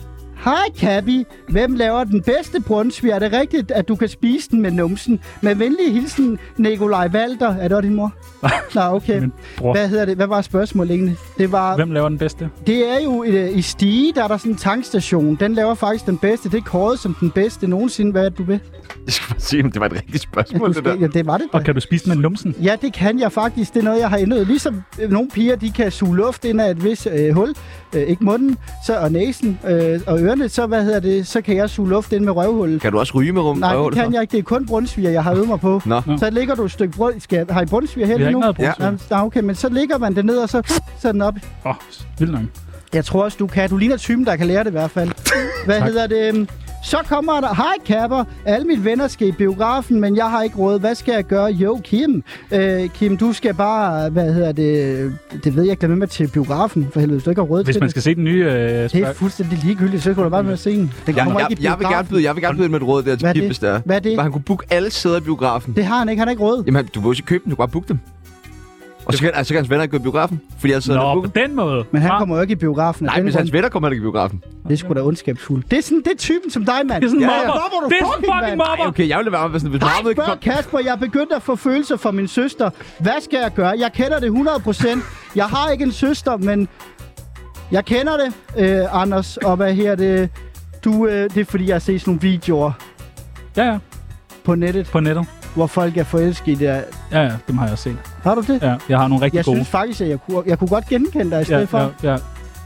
Hej, Kabi. Hvem laver den bedste brunsvig? Er det rigtigt, at du kan spise den med numsen? Med venlig hilsen, Nikolaj Walter. Er det også din mor? Nå, okay. Hvad hedder det? Hvad var spørgsmålet egentlig? Det var... Hvem laver den bedste? Det er jo i, i Stige, der er der sådan en tankstation. Den laver faktisk den bedste. Det er kåret som den bedste nogensinde. Hvad er det, du vil? Jeg skal bare se, om det var et rigtigt spørgsmål, skal, det der. Ja, det var det da. Og kan du spise den med numsen? Ja, det kan jeg faktisk. Det er noget, jeg har ændret. Ligesom øh, nogle piger, de kan suge luft ind af et vis øh, hul. Øh, ikke munden, så, og næsen øh, og ørerne. Så, hvad hedder det, så kan jeg suge luft ind med røvhullet. Kan du også ryge med rum? Nej, det kan jeg ikke. Det er kun brunsviger, jeg har øvet mig på. Nå. Så ligger du et stykke brund. Skal, har I brunsviger her Vi har lige nu? ikke noget brunsviger. Ja, okay, men så ligger man det ned, og så sætter den op. Åh, oh, vildt nok. Jeg tror også, du kan. Du ligner typen, der kan lære det i hvert fald. Hvad Tak. hedder det? Så kommer der, hej Kapper, alle mine venner skal i biografen, men jeg har ikke råd. Hvad skal jeg gøre? Jo, Kim. Øh, Kim, du skal bare, hvad hedder det, det ved jeg ikke, lad med mig til biografen, for helvede, hvis du ikke har råd Hvis til man det. skal se den nye... Øh, Det er fuldstændig ligegyldigt, så kan du bare med at se den. Den Jeg, kommer jeg, ikke i jeg, vil gerne byde, jeg vil gerne byde ind med et råd der Hvad er til Pip, det? hvis det er. Hvad er det? Hvor han kunne booke alle sæder i biografen. Det har han ikke, han har ikke råd. Jamen, du vil jo ikke købe dem, du kan bare booke dem. Og så kan, altså, så kan hans venner ikke gå i biografen, fordi jeg sidder der Nå, og på den måde. Men han Fra- kommer jo ikke i biografen. af Nej, den hvis grund. hans venner kommer ikke i biografen. Det er sgu da ondskabsfuldt. Det er sådan, det er typen som dig, mand. Det er sådan en Ja, ja. mobber. Mobber du Det er sådan en fucking, fucking mand. mobber. Ej, okay, jeg ville være med sådan, hvis Hej, Mohammed ikke spørg kom... Kasper, jeg er begyndt at få følelser for min søster. Hvad skal jeg gøre? Jeg kender det hundrede procent. Jeg har ikke en søster, men jeg kender det, øh, Anders. Og hvad her det? Du, øh, det er fordi, jeg har set sådan nogle videoer Ja, ja. på nettet, På nettet. hvor folk er forelsket i det. her. Ja, ja. Dem har jeg også set. Har du det? Ja, jeg har nogle rigtig Jeg gode. synes faktisk, at jeg kunne, jeg kunne godt genkende dig i stedet ja, for. ja, ja.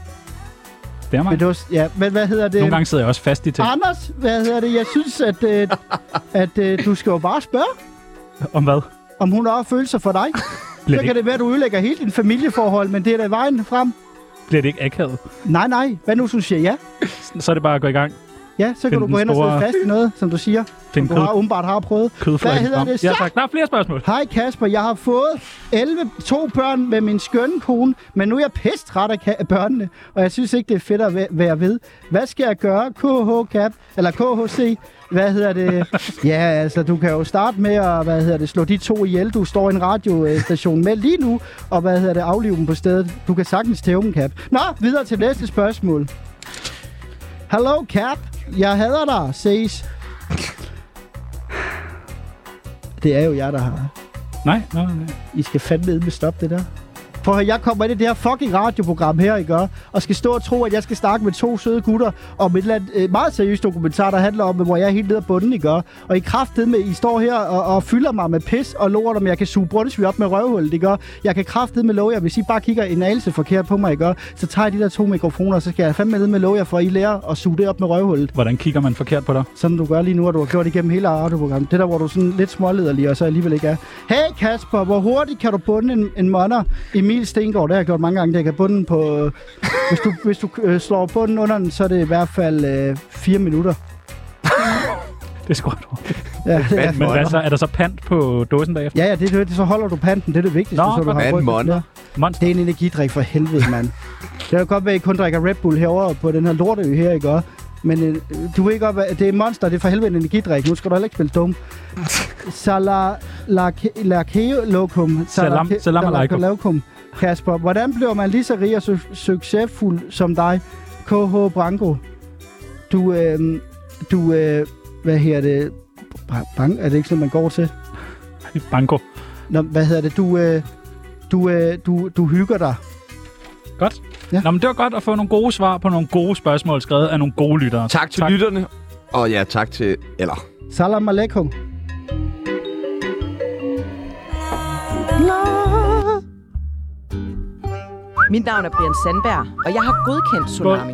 Det er mig. Men, det var, ja, men hvad hedder det? Nogle gange sidder jeg også fast i ting. Anders, hvad hedder det? Jeg synes, at, øh, at øh, du skal jo bare spørge, Om hvad? om hun har følelser for dig. Bliver Så det, kan det være, at du ødelægger hele din familieforhold, men det er da vejen frem. bliver det ikke akavet? Nej, nej. Hvad nu, hvis hun siger ja? Så er det bare at gå i gang. Ja, så kan Find du den gå hen og store- sidde fast i noget, som du siger. Find Du kød, har åbenbart har prøvet. kødflæk. Hvad hedder det? Ja, Så- tak. Der er flere spørgsmål. Hej Kasper, jeg har fået elleve, to børn med min skønne kone, men nu er jeg pisse træt af ka- børnene, og jeg synes ikke, det er fedt at væ- være ved. Hvad skal jeg gøre? K H Cap, eller K H C? Hvad hedder det? Ja, altså, du kan jo starte med at, hvad hedder det, slå de to ihjel. Du står i en radiostation med lige nu, og hvad hedder det, aflive dem på stedet. Du kan sagtens tæve dem, Cap. Nå, videre til næste spørgsmål. Hello, Cap. Jeg hader dig, ses. Det er jo jeg, der har. Nej, nej, nej. I skal fandme med stoppe det der. Prøv at høre, jeg kommer ind i det her fucking radioprogram her, I gør, og skal stå og tro, at jeg skal snakke med to søde gutter om et eller andet øh, meget seriøst dokumentar, der handler om, hvor jeg er helt nede af bunden, I gør. Og I kraftedeme, I står her og, og fylder mig med pis og lort, om jeg kan suge brunsvig op med røvhullet, I gør. Jeg kan kraftedeme love jer, hvis I bare kigger en anelse forkert på mig, I gør, så tager jeg de der to mikrofoner, og så skal jeg fandme ned med love jer, for at I lærer at suge det op med røvhullet. Hvordan kigger man forkert på dig? Sådan du gør lige nu, og du har gjort igennem hele radioprogrammet. Det der, hvor du sådan lidt småliderlig, og så alligevel ikke er. Hey Kasper, hvor hurtigt kan du bunde en, en monner? Emil Stengård, det har jeg gjort mange gange. Det kan bunde på... Hvis du, hvis du øh, slår bunden under den, så er det i hvert fald øh, fire minutter. Det er sgu ret hurtigt. Ja, det er, Men hvad så? Er der så pant på dåsen bagefter? ja, ja det, det, så holder du panten. Det er det vigtigste. Nå, så du hvad har er en ryggen monner? der. Monster. Det er en energidrik for helvede, mand. Det kan godt være, at I kun drikker Red Bull herovre på den her lorteø her, I gør. Men øh, du ved godt, hvad, det er Monster, det er for helvede en energidrik. Nu skal du heller ikke spille dum. Salakeolokum. Salam- salam alaikum. Kasper, hvordan bliver man lige så rig og su- succesfuld som dig? K H Branko. Du, øh, du, øh, hvad hedder det? Bra- Bang, er det ikke sådan, man går til? Banko. Nå, hvad hedder det? Du, øh, du, øh, du, du hygger dig. Godt. Ja. Nå, men det var godt at få nogle gode svar på nogle gode spørgsmål skrevet af nogle gode lyttere. Tak til Tak. lytterne. Og ja, tak til... Eller... Salam alaikum. Mit navn er Brian Sandberg, og jeg har godkendt Tsunami.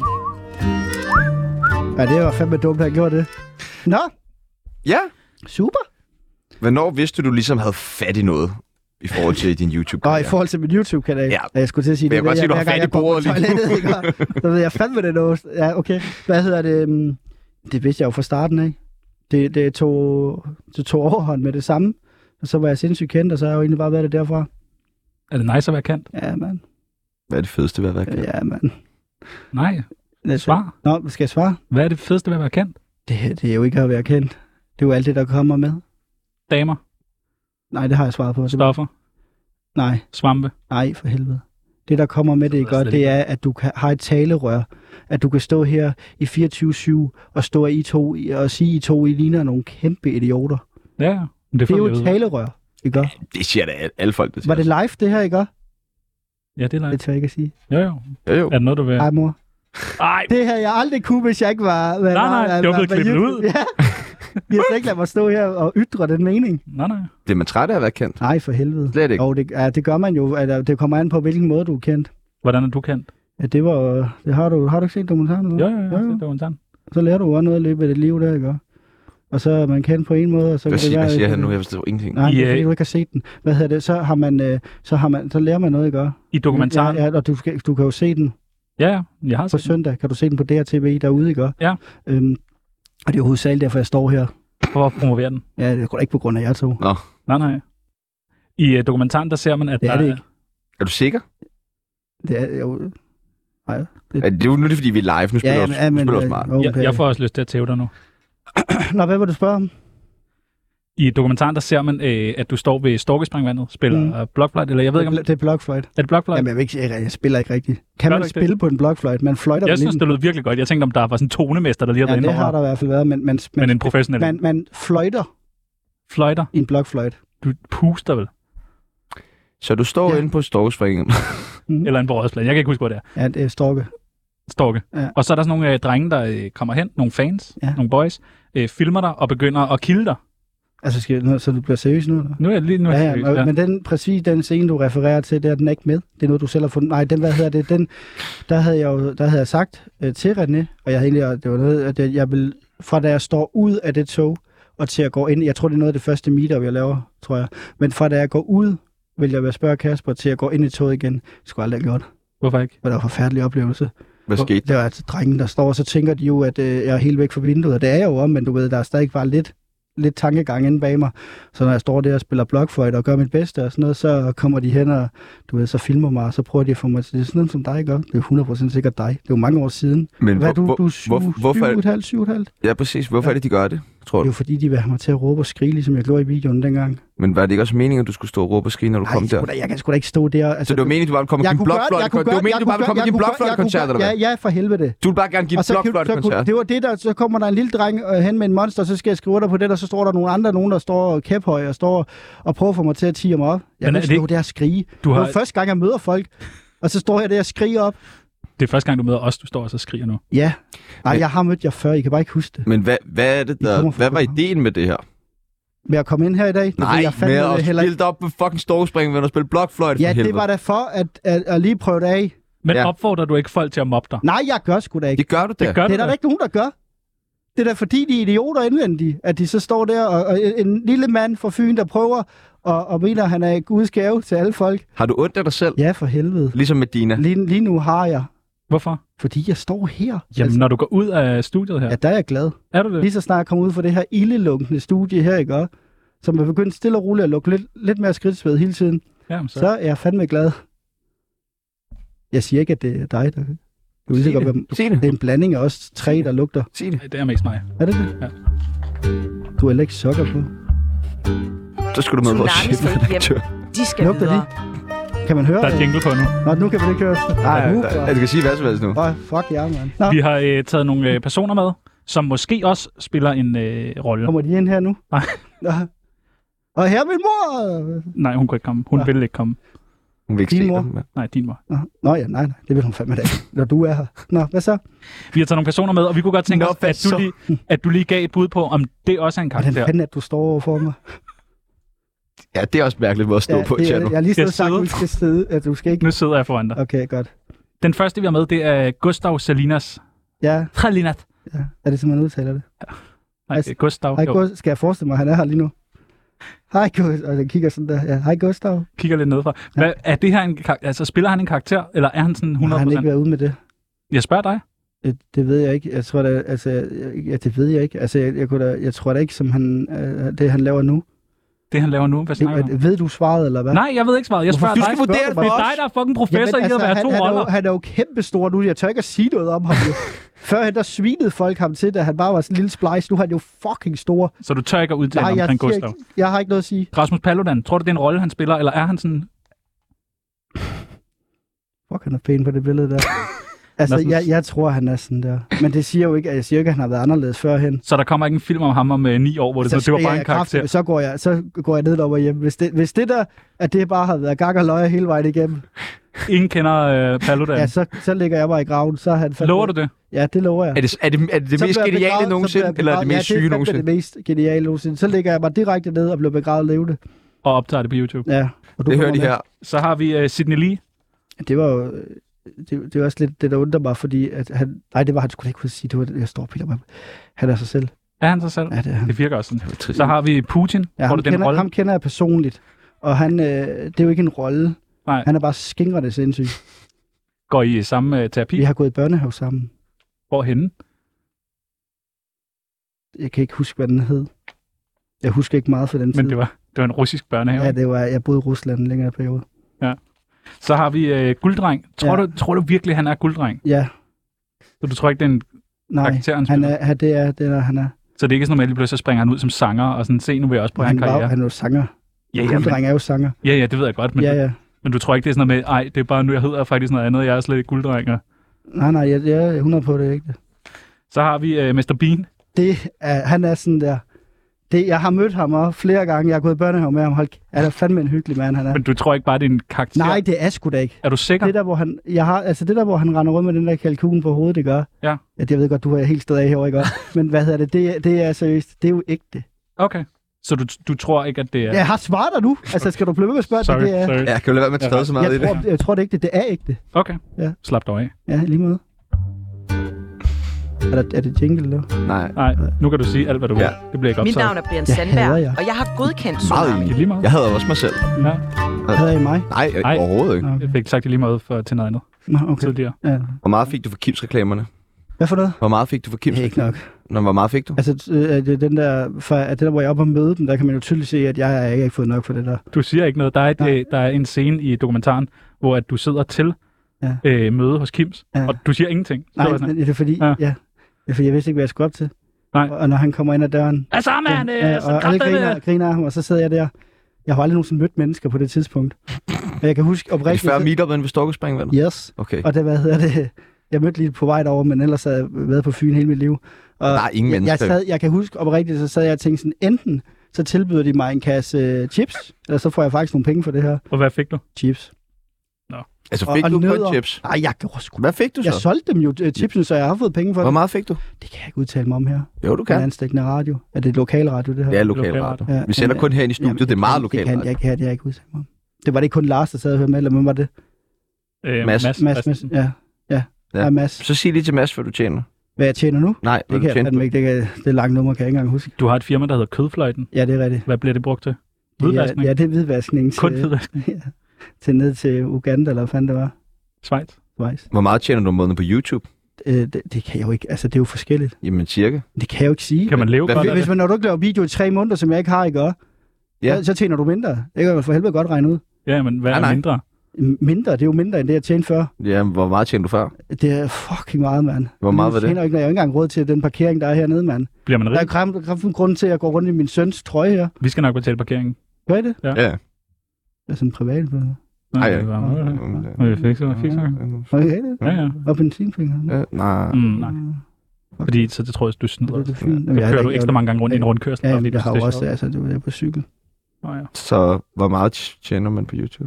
Ja, det var fandme dumt, at jeg gjorde det. Nå, Ja. super. Hvornår vidste du, du ligesom havde fat i noget i forhold til din YouTube? Og i forhold til min YouTube-kanal. Ja. Jeg skulle til at sige, Men jeg kan godt se, du har hver gang fat i jeg går på bordet lige nu. toilettet, ikke? Så ved jeg fandme det noget. Ja, okay. Hvad hedder det? Um, Det vidste jeg jo fra starten af. Det, det, tog, det tog overhånd med det samme. Og så var jeg sindssygt kendt, og så har jeg jo egentlig bare været det derfra. Er det nice at være kendt? Ja, mand. Hvad er det fedeste ved at være kendt? Ja, mand. Nej. Lad os- Svar. Nå, skal jeg svare? Hvad er det fedeste ved at være kendt? Det, det er jo ikke at være kendt. Det er jo alt det, der kommer med. Damer, Nej, det har jeg svaret på. stoffer, Nej, svampe. nej, for helvede. Det, der kommer med det, ikke? slet Det ikke. er, at du kan, har et talerør. At du kan stå her i fireogtyve syv og stå i to og sige, I to I ligner nogle kæmpe idioter. Ja, ja. Men det, Det er jo får vi et ud. talerør, ikke? Det siger da alle folk, det Var det live, det her, ikke? Ja, det er Det live. tør jeg ikke at sige. Jo, jo. Jo, jo. Er det noget, du vil? Ej, mor. Ej, Det havde jeg aldrig kunne, hvis jeg ikke var... Nej, nej, det var blevet klippet ud. Ja. Jeg har slet ikke lade mig stå her og ytre den mening. nej, nej. Det er man træt af at være kendt. Nej, for helvede. Slet ikke. Jo, det, ja, det gør man jo. Altså, det kommer an på, hvilken måde du er kendt. Hvordan er du kendt? Ja, det var... Det har du, har du ikke set dokumentaren? eller? Jo, jo, jo. Det var en sådan. Så lærer du også noget i løbet af dit liv, der, ikke? Og så er man kendt på en måde, og så Hvad kan det siger, være... hvad siger han nu? Jeg forstår ingenting. Nej, det er I, fordi, øh, du ikke har set den. Hvad hedder det? Så har man... Øh, så, har man så lærer man noget, ikke? I dokumentaren? Ja, ja, og du, skal, du kan jo se den Ja, ja. Jeg har på set den. søndag. Kan du se den på D R T V derude, ikke? Ja. Øhm, og det er jo hovedsageligt derfor, jeg står her. For at promovere den. Ja, det er sgu da ikke på grund af jer to. Nej, nej. I uh, dokumentaren, der ser man, at Det er der det ikke. Er du sikker? Det er jo... Nej. Er det er jo nu er det, fordi vi er live. Nu spiller Ja, du ja, men, spiller du øh, smart. jo, Jeg, det- jeg får også lyst til at tæve dig nu. Nå, hvad vil du spørge om? I dokumentaren, der ser man, øh, at du står ved Storkespringvandet, spiller Mm. mm. Blockflight, eller jeg ved ikke om... Det er blockfløjt. Er det Blockflight? Jamen, jeg, vil ikke, jeg, jeg spiller ikke rigtigt. Kan Gør man du ikke spille det? på en blockfløjt? Man fløjter Jeg vel synes, lidt. det lød virkelig godt. Jeg tænkte, om der var sådan en tonemester, der lige havde Ja, været det inde har over. der i hvert fald været, men, men, Men en professionel. man, man fløjter Fløjter. i en blokfløjt. Du puster vel? Så du står Ja. inde på Storkespringen. Mm. Eller en på Rådsplan. Jeg kan ikke huske, hvor det er. Ja, det er storke. Storke. Ja. Og så er der sådan nogle øh, drenge, der øh, kommer hen, nogle fans, Ja. nogle boys, øh, filmer dig og begynder at kilde dig. Altså, skal, nu- så du bliver seriøs nu, eller? Nu er jeg lige nu er Ja, jeg ja, seriøs, og- ja. men den, præcis den scene, du refererer til, der er den ikke med. Det er noget, du selv har fundet. Nej, den, hvad hedder det, den, der havde jeg jo, der havde jeg sagt øh, til René, og jeg havde egentlig, og det var noget, at jeg, jeg vil, fra da jeg står ud af det tog, og til at gå ind, jeg tror, det er noget af det første meetup, jeg laver, tror jeg, men fra da jeg går ud, vil jeg være spørge Kasper, til at gå ind i toget igen, det skulle jeg aldrig have gjort. Hvorfor ikke? Det var en forfærdelig oplevelse. Hvad skete? Det var altså drengen, der står, og så tænker de jo, at øh, jeg er helt væk fra vinduet, og det er jeg jo om, men du ved, der er stadig bare lidt, lidt tankegang inde bag mig. Så når jeg står der og spiller blockfløjte og gør mit bedste og sådan noget, så kommer de hen og, du ved, så filmer mig, og så prøver de at få mig til det er sådan noget, som dig gør. Det er hundrede procent sikkert dig. Det er jo mange år siden. Men Hvad er hvor, du? hvor, Du er syv, hvor, hvorfor er syv, det, et halvt, syv, et halvt. ja, præcis. Hvorfor Ja. er det, de gør det, tror Det er du? jo fordi, de vil have mig til at råbe og skrige, ligesom jeg gjorde i videoen dengang. Men var det ikke også meningen, at du skulle stå og råbe og skrige, når du Ej, kom der? sgu da, jeg kan sgu da ikke stå der. Altså, Så det var meningen, du bare ville komme jeg til en kunne gøre- jeg blokfløjte? kunne Det var gøre- meningen, du jeg bare ville kunne komme til en gøre- jeg kunne gøre- blokfløjte-koncert, eller hvad? Ja, ja, for helvede. Du vil bare gerne give en Og så, kan- så kunne, blokfløjte-koncert. det var det, der, så kommer der en lille dreng øh, hen med en monster, så skal jeg skrive under på det, og så står der nogle andre, nogen der står kæphøje og står og prøver for mig til at tige mig op. Jeg Men vil er det stå ikke- der og skrige. Du Det har, er første gang, jeg møder folk, og så står jeg der og skriger op. det er første gang, du møder os, du står og så skriger nu. Ja. Nej, Men- jeg har mødt jer før, I kan bare ikke huske det. Men hvad, hvad er det, I kommer der, fra hvad var København. ideen med det her? Med at komme ind her i dag, det ved Nej, jeg fandme med at heller ikke. spille dig op på fucking Storkespringen og spille blokfløjte for Ja, helvede. det var da for at, at, at lige prøve det af. Men Ja. opfordrer du ikke folk til at mobbe dig? Nej, jeg gør sgu da ikke. Det gør du da. Det gør Det er du der da. ikke nogen, der gør. Det er da fordi, de er idioter indvendige, at de så står der, og, og en lille mand fra Fyn, der prøver og, og mener, at han er Guds gave til alle folk. Har du ondt af dig selv? Ja, for helvede. Ligesom med Dina. Lige, lige nu har jeg, Hvorfor? fordi jeg står her. Jamen, når du går ud af studiet her. Ja, der er jeg glad. Er du det? Lige så snart jeg kommer ud fra det her ildelunkende studie her, ikke også? Som er begyndt stille og roligt at lukke lidt, lidt mere skridtsved hele tiden. Jamen, så. Så er jeg fandme glad. Jeg siger ikke, at det er dig, der... Du er lige så Sig godt, det. hvem- Sig det. det er en blanding af os tre, der lugter. Sig det. Nej, det er mest mig. Er det det? Ja. Du er heller ikke sukker på. Så skulle du med vores Tsunami skal ikke hjem. chefredaktør. De skal Lugter videre. Kan man høre Der er det? jingle på nu. Nå, nu kan man ikke høre det. Nej, nu, nej, jeg skal sige hvad som helst nu. Åh, fuck jer, mand. Nå, Vi har øh, taget nogle øh, personer med, som måske også spiller en øh, rolle. kommer de ind her nu? Nej. Nå. Og her er min mor! Nej, hun kunne ikke komme. Hun Nå. vil ikke komme. Hun vil ikke Din se mor. dem. men- Nej, din mor. Nå, Nå ja, nej, nej, det vil hun fandme da ikke, når du er her. Nå, hvad så? Vi har taget nogle personer med, og vi kunne godt tænke Nå, os, hvad at du, så? lige, at du lige gav et bud på, om det også er en Hvordan karakter. fanden er det, du står over for mig? Ja, det er også mærkeligt måde at stå på, det, Tjerno. jeg, jeg har lige Skal stået jeg og sagt, sidde? du skal sidde, at du skal ikke... Nu sidder jeg foran dig. Okay, godt. Den første, vi har med, det er Gustav Salinas. Ja, Salinas. ja. Er det, som man udtaler det? Nej, Altså, Gustav. Hej, Jo, Gustav. Skal jeg forestille mig, at han er her lige nu? Hej, Gustav. Og den kigger sådan der. Ja, hej, Gustav. kigger lidt nedefra. Hvad, er det her en, kar- altså, spiller han en karakter, eller er han sådan Har hundrede han procent? ikke været ude med det? Jeg spørger dig. Det, det ved jeg ikke. Jeg tror da, altså, jeg, ja, det ved jeg ikke. Altså, jeg, jeg, kunne da, jeg tror da ikke, som han, øh, det han laver nu. Det, han laver nu. Hvad snakker du om? Det, ved du svaret, eller hvad? Nej, jeg ved ikke svaret. Jeg Hvorfor? spørger Du dig. skal vurdere det for Det er os. dig, der er fucking professor Jamen, i at være han, to han, er roller. jo, han er jo kæmpe stor nu. Jeg tør ikke at sige noget om ham. Jo. Førhen, der svinede folk ham til, da han bare var sådan en lille splice. Nu er han jo fucking stor. Så du tør ikke at udtale Nej, jeg, omkring siger Gustav. ikke, jeg har ikke noget at sige. Rasmus Paludan, tror du, det er en rolle, han spiller, eller er han sådan... Fuck, han er pæn på det billede der. Altså, Nå, jeg, jeg tror, han er sådan der. Men det siger jo ikke, at jeg siger ikke, at han har været anderledes førhen. Så der kommer ikke en film om ham om øh, ni år, hvor det, så, det var bare en karakter? Kraftigt, så går jeg, så går jeg ned over hjem. Hvis det, hvis det der, at det bare har været gak og løjer hele vejen igennem. Ingen kender øh, Paludan? Ja, så, så ligger jeg bare i graven. Så han lover du det? Ja, det lover jeg. Er det, er det, er det, det mest geniale begravet, nogensinde, eller er det mest ja, syge det nogensinde? det mest geniale nogensinde. Så ligger jeg bare direkte ned og bliver begravet levende. Og optager det på YouTube? Ja. Og du det hører de med. her. Så har vi øh, Sidney Lee. Det var jo... Det, det var også lidt det, der undrer mig, fordi at han... Nej, det var han skulle ikke kunne sige. Det var det, jeg står og piller med. Han er sig selv. Er han sig selv? Ja, det er han. Det virker også sådan. Så har vi Putin. Ja, ham, det den kender, rolle? ham kender jeg personligt. Og han, øh, det er jo ikke en rolle. Nej. Han er bare skingrende sindssyg. Går I i samme øh, terapi? Vi har gået i børnehave sammen. Hvorhenne? Jeg kan ikke huske, hvad den hed. Jeg husker ikke meget for den tid. Men det var, det var en russisk børnehave? Ja, det var, jeg boede i Rusland en længere periode. Ja. Så har vi øh, Gulddreng. Tror, Ja. du, tror du virkelig, han er Gulddreng? Ja. Så du tror ikke, det er en Nej, karakter, han han spiller? er, han, det er det, er, han er. Så det er ikke sådan noget med, at lige pludselig så springer han ud som sanger, og sådan, se, nu vil jeg også prøve Han, en var, karriere. han er jo sanger. Ja, ja, Gulddreng men, er jo sanger. ja, ja, det ved jeg godt, men, Ja, ja. men du tror ikke, det er sådan noget med, ej, det er bare nu, jeg hedder faktisk noget andet, jeg er slet ikke Gulddreng. Og... Nej, nej, jeg, jeg er hundrede på det, ikke det. Så har vi øh, mister Bean. Det er, han er sådan der. Det, jeg har mødt ham også flere gange. Jeg har gået i børnehave med ham. Hold, er der fandme en hyggelig mand, han er. Men du tror ikke bare, det er en karakter? Nej, det er sgu da ikke. Er du sikker? Det der, hvor han, jeg har, altså det der, hvor han render rundt med den der kalkun på hovedet, det gør. Ja. Ja, jeg ved godt, du er helt sted af herovre, ikke? Men hvad hedder det? Det, det er seriøst. Det er jo ægte. Okay. Så du, du tror ikke, at det er... Ja. Jeg har svaret dig nu. Altså, skal du blive ved med at spørge, sorry, det er... sorry. Ja, kan du lade være med at træde så meget Jeg i det? tror, jeg tror det ikke, det, det er ægte. Okay. Ja. Slap dig af. Ja, lige måde. Er, der, er det jingle, eller? Nej. Nej, nu kan du sige alt, hvad du vil. Ja. Det bliver ikke Mit optaget. navn er Brian Det hader Sandberg, jeg. og jeg har godkendt Meget Tsunami. enig. Det er lige meget. Jeg havde også mig selv. Ja. Havde I mig? Nej, Nej. overhovedet ikke. Nå, Jeg fik sagt det lige meget for, til noget andet Nå, okay. tidligere. Ja. Hvor meget fik du for Kims-reklamerne? Hvad for noget? Hvor meget fik du for Det er ikke Kims-reklamerne? nok. Nå, hvor meget fik du? Altså, øh, det er den der, for, at det der, hvor jeg er oppe og møde dem, der kan man jo tydeligt se, at jeg, jeg har ikke fået nok for det der. Du siger ikke noget. Der er, et, Nej. øh, der er en scene i dokumentaren, hvor at du sidder til Ja. øh, møde hos Kims, Ja. og du siger ingenting. Så Nej, er jeg sådan, men det er fordi, Ja. ja. ja. Det er fordi, jeg vidste ikke, hvad jeg skulle op til. Nej. Og, og når han kommer ind ad døren, altså, man, øh, ja, så og alle kraftedeme. griner, griner af ham, og så sidder jeg der. Jeg har aldrig nogensinde mødt mennesker på det tidspunkt. Og jeg kan huske Er det oprigtigt... før meetupen ved Storkespringvandet? Yes. Okay. Og det, hvad hedder det... Jeg mødte lige på vej derover, men ellers har jeg været på Fyn hele mit liv. Og Der er ingen jeg, jeg, mennesker. sad, jeg kan huske oprigtigt, så sad jeg og tænkte sådan, enten så tilbyder de mig en kasse øh, chips, eller så får jeg faktisk nogle penge for det her. Og hvad fik du? Chips. Altså, Og- fik og du kun nødder. chips? Nej, jeg gjorde sgu. Hvad fik du Jeg så? solgte dem jo øh, chipsen, så jeg har fået penge for Hvor det. meget fik du? Det kan jeg ikke udtale mig om her. Jo, du Det er kan. landstækkende radio. Er det lokal radio, det her? Det er Lokalradio. lokalradio. Ja, Vi sender men, kun herinde i studiet. Jamen, Det er meget kan- det kan, lokalradio. jeg, kan, det har jeg ikke udtalt mig om. Det var det ikke kun Lars, der sad og hørte med, eller hvem var det? Øh, Mads. Mads. Mads, Mads, ja. Ja, Ja. ja. Mads. Så sig lige til Mads, hvad du tjener. Hvad jeg tjener nu? Nej, Det hvad kan du jeg tjener. fandme ikke. Det, kan, det er langt nummer, kan jeg ikke engang huske. Du har et firma, der hedder Kødfløjten. Ja, det er rigtigt. Hvad bliver det brugt til? Ja, Hvidvaskning? ja, det er hvidvaskning til, Kun hvidvaskning. ja, til ned til Uganda, eller hvad fanden det var. Schweiz? Schweiz. Hvor meget tjener du om måneden på YouTube? Øh, det, det kan jeg jo ikke, altså det er jo forskelligt. Jamen, cirka. Det kan jeg jo ikke sige. Kan man leve Hvad godt fik- af Hvis det? man, når du ikke laver video i tre måneder, som jeg ikke har, ikke gør, Ja. så, så tjener du mindre. Det kan man for helvede godt regne ud. Ja, men hvad Nej, er nej. mindre? Mindre, det er jo mindre, end det jeg tjente før. Ja, hvor meget tjener du før? Det er fucking meget, mand. Hvor meget var det? Jeg har ikke, jeg har ikke engang råd til den parkering, der er hernede, mand. Bliver man Der er rig? kraften grund til, at jeg går rundt i min søns trøje her. Vi skal nok betale parkeringen. Gør I det? Ja. Ja. Det er sådan privat. Ej, det ja. var meget. Og vi fik så, fik så. Okay, det. Ja, ja. Og benzinfinger. Ja, nej. Mm, nej. Fordi så det tror jeg, du snyder. Det er fint. Så kører du ekstra mange gange rundt i en rundkørsel. Ja, bare fordi men du jeg har synes, jo det er også, sjovt. altså, det var jeg på cykel. Nå, ja. Så hvor meget tjener man på YouTube?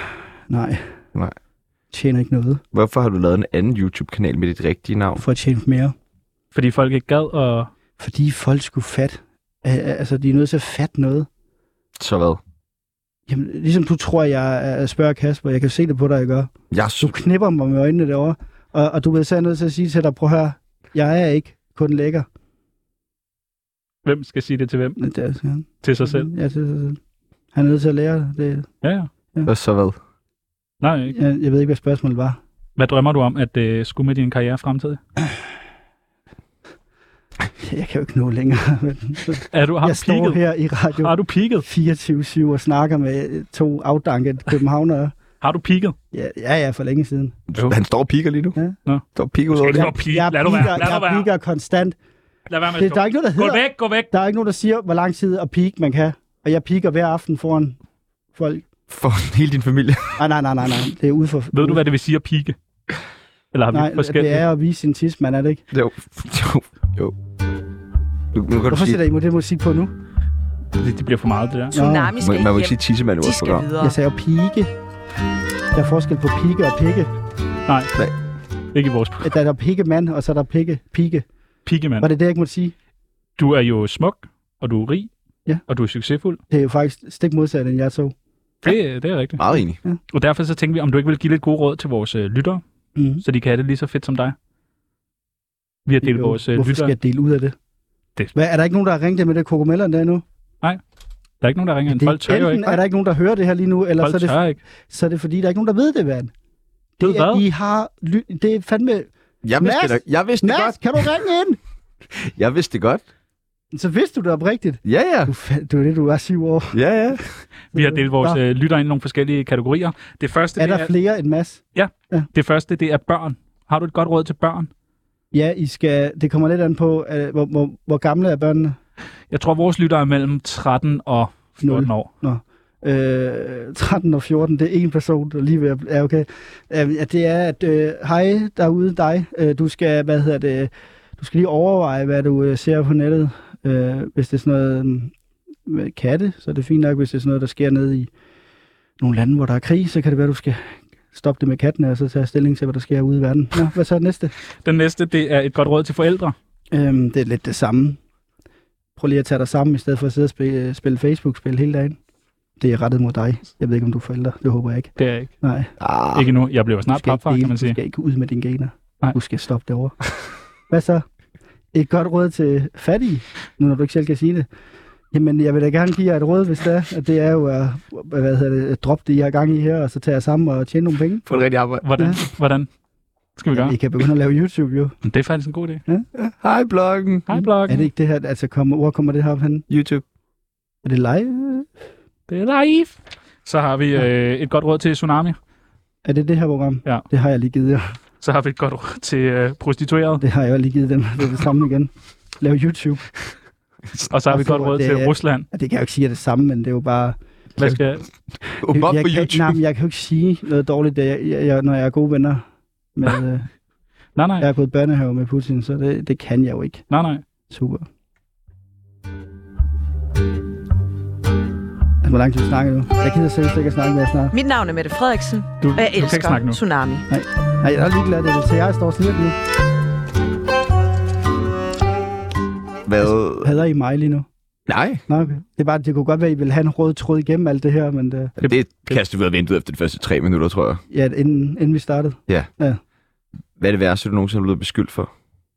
Nej. Nej. Tjener ikke noget. Hvorfor har du lavet en anden YouTube-kanal med dit rigtige navn? For at tjene mere. Fordi folk ikke gad, og Fordi folk skulle fat. Altså, de er nødt til at fatte noget. Så hvad? Jamen, ligesom du tror, jeg er spørger Kasper. Jeg kan se det på dig, jeg gør. Jeg Du knipper mig med øjnene derovre. Og, og du ved, så er jeg nødt til at sige til dig, prøv at høre, jeg er ikke kun lækker. hvem skal sige det til hvem? Det er, altså, Til sig selv? Ja, til sig selv. Han er nødt til at lære det. Ja, ja. Hvad så hvad? Nej, ikke. Jeg, jeg ved ikke, hvad spørgsmålet var. Hvad drømmer du om, at øh, skulle med din karriere fremtidig? Jeg kan jo ikke nå længere. Er du, har Jeg du står peaked? her i radio Har du peaked? fireogtyve syv og snakker med to afdankede københavnere. Har du peaked? Ja, ja, ja, for længe siden. Jo. Han står og piker lige nu. Ja. Nå. Står og piker ud over Skal det. ikke stå og pike. Jeg Lad du være. piker, Lad du jeg være. piker konstant. Lad være med Det, at der er ikke noget, der Gå hedder... væk, gå væk. Der er ikke nogen, der siger, hvor lang tid at peak man kan. Og jeg piker hver aften foran folk. For hele din familie? Nej, nej, nej, nej, nej. Det er ude for... Ved du, hvad det vil sige at pike? Eller har vi Nej, forskellige? det er at vise sin tidsmand, er det ikke? Jo. Jo. jo. Nu, nu kan Hvorfor du sige... sætter I det musik på nu? Det, det bliver for meget, det der. Tsunami skal Man, man må ikke hjem. sige tissemand i De vores skal program. videre. Jeg sagde jo pike. Der er forskel på pike og pikke. Nej, Nej. ikke i vores program. Der er der pikkemand, og så er der pikke. Pike. Pikemand. Var det det, jeg ikke måtte sige? Du er jo smuk, og du er rig, Ja. og du er succesfuld. Det er jo faktisk stik modsat, end jeg så. Det, det er rigtigt. Meget enig. Og derfor så tænkte vi, om du ikke vil give lidt gode råd til vores øh, lyttere, Mm. så de kan have det lige så fedt som dig. Vi har delt vores øh, Hvorfor lyttere. skal jeg dele ud af det? Det- Hvad, er der ikke nogen, der har ringet med det kokomellerne der nu? Der er ikke nogen, der ringer ind. Det Folk tør jo enten ikke. er der ikke nogen, der hører det her lige nu, eller så Folk er, det, tør ikke. så er det fordi, der er ikke nogen, der ved det, Vand. Ved Det er, hvad? I har... ly- Det er fandme... Jeg vidste Mads? det, jeg vidste det Mads, godt. kan du ringe ind? Jeg vidste det godt. Så vidste du det oprigtigt. Ja, ja. Du, fa- du er det, du er syv år. Ja, ja. Vi har delt vores Nå. øh, lyttere ind i nogle forskellige kategorier. Det første, Er det, der er, flere end Mads? det første, det er børn. Har du et godt råd til børn? Ja, I skal, det kommer lidt an på, uh, hvor, hvor, hvor gamle er børnene. Jeg tror, vores lyttere er mellem tretten og fjorten år. Øh, tretten og fjorten, det er en person, der lige ved at... Ja, okay. Uh, det er, at øh, hej derude, dig. Uh, du skal, hvad hedder det... Du skal lige overveje, hvad du uh, ser på nettet. Uh, hvis det er sådan noget um, med katte, så er det fint nok. Hvis det er sådan noget, der sker nede i nogle lande, hvor der er krig, så kan det være, du skal stoppe det med kattene, og så tage stilling til, hvad der sker ude i verden. Nå, hvad så er det næste? Den næste, det er et godt råd til forældre. Øhm, det er lidt det samme. Prøv lige at tage dig sammen, i stedet for at sidde og spille, spille Facebook-spil hele dagen. Det er rettet mod dig. Jeg ved ikke, om du er forælder. Det håber jeg ikke. Det er jeg ikke. Nej. Ah, Ikke nu. Jeg bliver Du snart skal, papfar, ikke, kan man du sige. skal ikke ud med dine gener. Nej. Du skal stoppe derovre. Hvad så? Et godt råd til fattige, nu når du ikke selv kan sige det. Jamen, jeg vil da gerne give jer et råd, hvis det er. At det er jo at, hvad hedder det, at droppe det, I har gang i her, og så tage jer sammen og tjene nogle penge. få det rigtige arbejde. Hvordan? Ja. Hvordan skal vi gøre? I kan begynde at lave YouTube, jo. Det er faktisk en god idé. Hej, bloggen. Hej, bloggen. Er det ikke det her, altså kommer, hvor kommer det her op hen? YouTube. Er det live? Det er live. Så har vi øh, et godt råd til Tsunami. Er det det her program? Ja. Det har jeg lige givet jer. Så har vi et godt råd til øh, prostituerede. Det har jeg jo lige givet dem. Det er det samme igen. Lav YouTube. Og så har vi et godt råd det til er- Rusland. Ja, det kan jeg jo ikke sige er det samme, men det er jo bare... Hvad skal... Åbn op jeg, på kan, YouTube. nej, men jeg kan jo ikke sige noget dårligt, jeg, jeg, jeg, når jeg er gode venner med... øh, Nej, nej. jeg har gået i børnehave med Putin, så det, det kan jeg jo ikke. Nej, nej. Super. Altså, hvor lang tid vi snakker nu? Jeg gider seriøst ikke at snakke mere snart. Mit navn er Mette Frederiksen, Du, og jeg du kan ikke snakke elsker nu. Tsunami. Nej, jeg er ligeglad. Det er til jeg står slidt nu. Hvad? Hader I mig lige nu? Nej. Nå, okay. Det er bare, det kunne godt være, at I ville have en rød tråd igennem alt det her, men det, Det kastede vi ud af vinduet efter de første tre minutter, tror jeg. ja, inden, inden vi startede. Hvad er det værste, du nogensinde er blevet beskyldt for?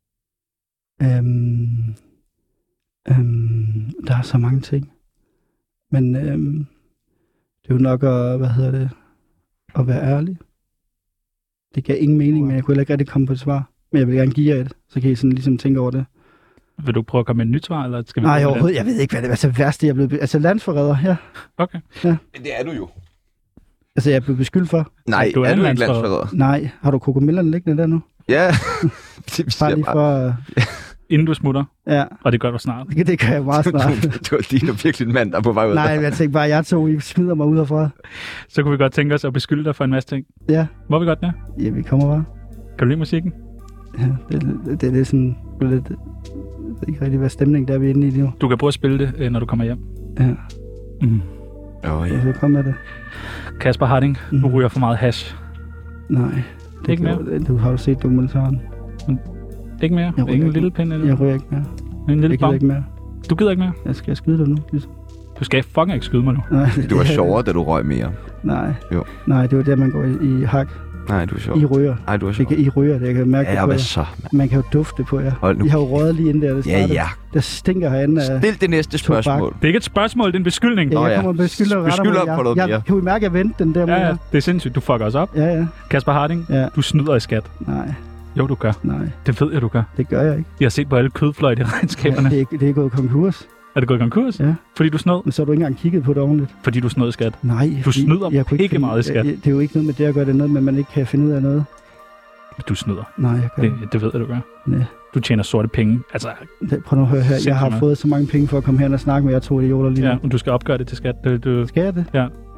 Øhm, øhm, der er så mange ting. Men øhm, det er jo nok at, hvad hedder det, at være ærlig. Det gav ingen mening, men jeg kunne heller ikke rigtig komme på et svar. Men jeg vil gerne give jer et, så kan I sådan ligesom tænke over det. Vil du prøve at komme med et nyt svar, eller skal vi... Nej, gå med overhovedet. Jeg ved ikke, hvad det er altså, værste, jeg er blevet... be- Altså, landsforræder, ja. det? Okay. Det er du jo. Altså, jeg er blevet beskyldt for. Nej, Du er er du en ikke landsforræder. landsforræder? Nej, har du kokomillerne liggende der nu? Ja. det Bare siger lige bare. for... Inden du smutter, Ja, og det gør du snart. det, det kan jeg meget snart. Du er din og virkelig en mand, der er på vej ud. Nej, men jeg tænkte bare, at jeg to, I smider mig ud herfra. Så kunne vi godt tænke os at beskylde dig for en masse ting. Ja, Må vi godt det? ja, vi kommer bare. Kan du lide musikken? Ja, det, det, det er sådan lidt... Jeg ved ikke rigtig, hvad stemning der er vi inde i lige nu. Du kan prøve at spille det, øh, når du kommer hjem. Ja, Mm. Åh, og ja. så kom med det. Kasper Harding, du Mhm. ryger for meget hash. Nej. Det Ikke mere? kan- Du har jo set dokumentaren. Ikke mere? Jeg ryger Ikke en ikke. lille pind eller Jeg ryger ikke mere. en lille Jeg gider bom? ikke mere. Du gider ikke mere? Jeg skal skyde dig nu. Ligesom. Du skal fucking ikke skyde mig nu. Nej, Du var det- sjovere, da du røg mere. Nej. Jo. Nej, det var der, man går i, i hak. Nej, du er sjov. I ryger. Nej, du er Det sjov. kan I ryger, det jeg kan mærke det Ja, på hvad jer. så? Man kan jo dufte på jer. Hold nu. I har jo røget lige inden der, det Ja, startede. ja. Der stinker herinde af... Stil det næste tobak. spørgsmål. Det er ikke et spørgsmål, det er en beskyldning. Ja, Nå jeg ja. kommer med beskylder og retter Beskylder mod jer. på noget Jeg, mere. kan vi mærke, at jeg vendte den der mod Ja, ja, jer? det er sindssygt. Du fucker os op. Ja, ja. Kasper Harding, Ja, du snyder i skat. nej, Jo, du gør. nej. Det ved jeg, du gør. Det gør jeg ikke. Jeg har set på alle kødfløjt i regnskaberne. Ja, det, er, det er gået konkurs. Er det gået konkurs? Ja. Fordi du snød? Men så har du ikke engang kigget på det ordentligt. Fordi du snød i skat. Nej. Du fordi snyder jeg kunne ikke ikke finde- meget i skat. Jeg- Det er jo ikke noget med det at gøre, det er noget med, at man ikke kan finde ud af noget. Du snyder. Nej, jeg gør Det, ikke. det ved jeg, du gør. Nej. Du tjener sorte penge. Altså, Det- Prøv nu at høre her. Jeg Sindssygt har meget. fået så mange penge for at komme her og snakke med jer to idioter lige nu. ja, og du skal opgøre det til skat. Du, du, Skal jeg det? Ja.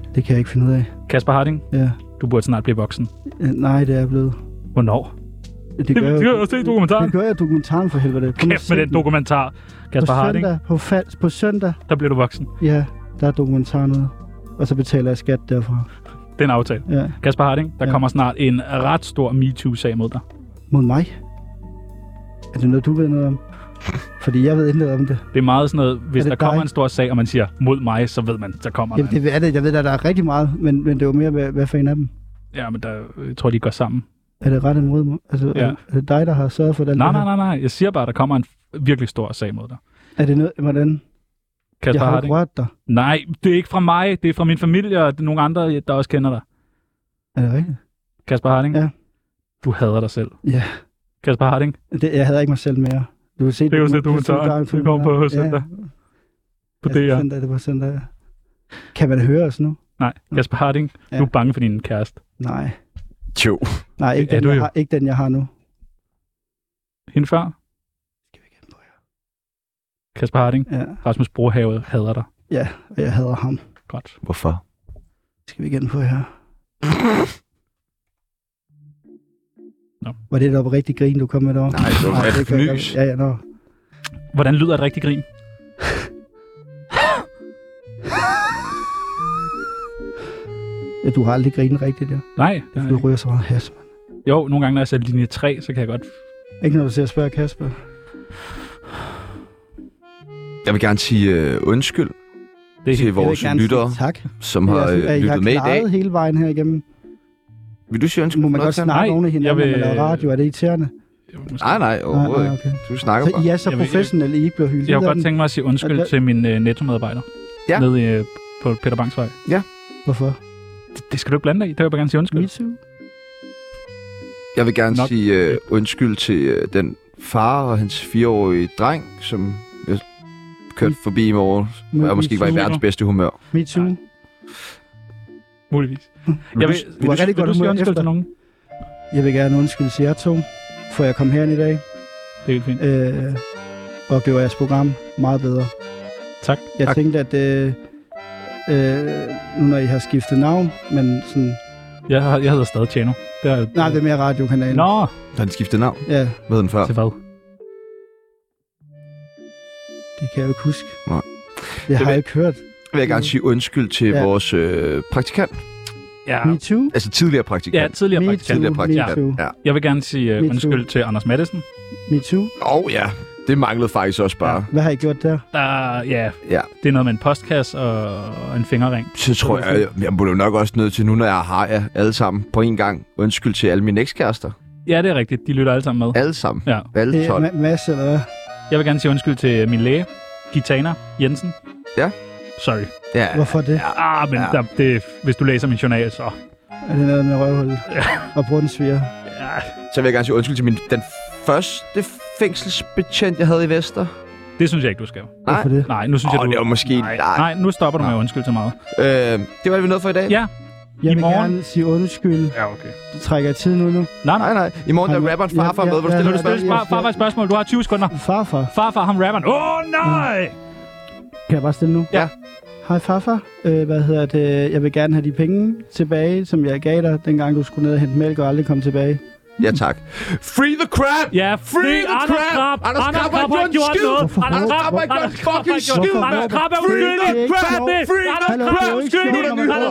Det kan jeg ikke finde ud af. Kasper Harding, Ja. du burde snart blive voksen. Øh, Nej, det er jeg blevet. Hvornår? Det Det, det kan jeg også se i dokumentaren. Det gør jeg i dokumentaren for helvede. Kom Kæft med den dokumentar. Kasper på Harding, søndag, på, fal- på søndag, der bliver du voksen. ja, der er dokumentaren ude. Og så betaler jeg skat derfra. Det er en aftale. Ja. Kasper Harding, der Ja. kommer snart en ret stor MeToo-sag mod dig. Mod mig? Er det noget, du ved noget om? Fordi jeg ved intet om det. Det er meget sådan noget, hvis Er der det kommer dig? en stor sag, og man siger mod mig, så ved man, så kommer Jamen, der. det er det. Jeg ved, at der er rigtig meget, men, men det var mere, hvad, hvad for en af dem? Ja, men der, jeg tror, de går sammen. Er det ret imod mig? Altså, Ja. er, er det dig, der har sørget for den? Nej, nej, nej, nej. Jeg siger bare, at der kommer en virkelig stor sag mod dig. Er det noget, hvordan? Kasper Jeg har Harding. ikke rørt dig. Nej, det er ikke fra mig. Det er fra min familie, og nogle andre, der også kender dig. Er det rigtigt? Kasper Harding. Ja. Du hader dig selv. Ja. Kasper Harding. Det, jeg havde ikke mig selv mere. Du vil se Det er jo så dokumentaren. Det kommer på søndag. På Ja, D R. søndag, det var søndag. Kan man høre os nu? Nej, Kasper Harding. Ja. Du er bange for din kæreste. Nej. Jo. Nej, ikke, Det er den, du jeg jo. har, ikke den, jeg har nu. Hende før. Skal vi igen på jer? Kasper Harding. Ja, Rasmus Brohave hader dig. ja, og jeg hader ham. Godt. Hvorfor? Skal vi igen på jer? Nå. Var det et oprigtigt grin, du kom med derovre? Nej, det var Nej, et kan jeg fnys. godt- Ja, ja, nå. Hvordan lyder et rigtigt grin? Ja, du har aldrig grinet rigtigt, ja. Nej. Det har Du jeg ryger så meget has, mand. ikke. Jo, nogle gange, når jeg sætter linje tre, så kan jeg godt... Ikke når du ser at spørge Kasper. Jeg vil gerne sige øh, undskyld Det er til helt... vores Jeg vil gerne lyttere, sige tak. som har Jeg synes, øh, at I har lyttet med i dag. klaret hele vejen her igennem. Vil du sige undskyld? Må man for noget, godt Tanja? snakke Nej, oven i hinanden, jeg når vil- man laver radio? Er det irriterende? Måske. Nej, nej, Nej, overhovedet nej, ikke. okay. Du snakker Så bare. I er så Jeg vil- professionelle, I ikke bliver hyldet. Jeg kunne af godt den. tænke mig at sige undskyld Okay. til min øh, netto-medarbejder. Ja. Nede i, øh, på Peter Bangs Vej. Hvorfor? Det, det skal du ikke blande dig i. Det vil jeg bare gerne sige undskyld. Me too. Jeg vil gerne Nok. sige øh, undskyld til øh, den far og hans fireårige dreng, som jeg kørte forbi i morgen, Me- og måske ikke var i me too. verdens bedste humør. Me too. Nej. Muligvis. Vil Jeg vil, du- vil, var du, rigtig vil godt du sige humør undskyld efter. til nogen? Jeg vil gerne undskylde til jer to, for jeg kom herind i dag, Det er helt fint. øh, og gjorde jeres program meget bedre. Tak. Jeg Tak. tænkte, at øh, øh, nu når I har skiftet navn, men sådan... Jeg, har, jeg hedder stadig Tjano. Det er, Nej, det er mere radiokanalen. Nå, Har han skiftet navn? Ja, Hvad den før? til hvad? det kan jeg jo ikke huske. Nej. Det Det har vil- jeg ikke hørt. Vil jeg gerne sige undskyld til Ja. vores øh, praktikant. Ja, Me too. Altså tidligere praktikant. ja tidligere Me praktikant. Tidligere Me praktikant. too. Ja. Jeg vil gerne sige uh, Me undskyld too. til Anders Madsen. Me too. Åh oh, ja, det manglede faktisk også bare. Hvad har I gjort der? Der, ja, Ja. det er noget med en postkasse og, og en fingerring. Så tror jeg, jeg, jeg må jo nok også nødt til nu, når jeg har jer alle sammen på en gang. Undskyld til alle mine ekskærester. Ja, det er rigtigt. De lytter alle sammen med. Alle sammen. Ja. Alle Det er tolv. Ma- Mads, eller hvad? Jeg vil gerne sige undskyld til min læge, Gitana Jensen. Ja. Sorry. Ja. Hvorfor det? Ah, men Ja. der, det, hvis du læser min journal, så... Er det noget med røvhul Ja. og brundsviger? Ja, Så vil jeg gerne sige undskyld til min, den første fængselsbetjent, jeg havde i Vester. det synes jeg ikke, du skal. Hvorfor det? Nej, nu synes Åh, jeg, du... det var måske- Nej, nej. nej, nu stopper du med Nej. at undskylde til meget. Øh, det var det, vi nåede for i dag. Ja. Jeg I vil morgen- gerne sige undskyld. Ja, okay. Så trækker jeg tiden ud nu. Nej, Nej, nej. I morgen der Ej, er rapperen ja, farfar ja, med. Vil du ja, stille Vil et du ja, stille spørgsmål? ja. far, farfar et spørgsmål? Du har tyve sekunder. Farfar. Farfar, ham rapperen. Åh, oh, nej! Kan jeg bare stille nu? Ja. Hej farfar. Øh, hvad hedder det? Jeg vil gerne have de penge tilbage, som jeg gav dig, dengang du skulle ned og hente mælk og aldrig kom tilbage. Ja, tak. Free the crab! Ja, Free det er the Anders crab! Krab. Anders Krab har har gjort ikke gjort en skid! noget. Hvorfor? Anders Krab Hvorfor? Anders Krab har Fucking ikke gjort skid! noget. Anders Krab er Free uskyldig. the crab! Crab det. Free the Anders Hallo, Krab det er er jo ikke uskyldig. sjovt, når man- Anders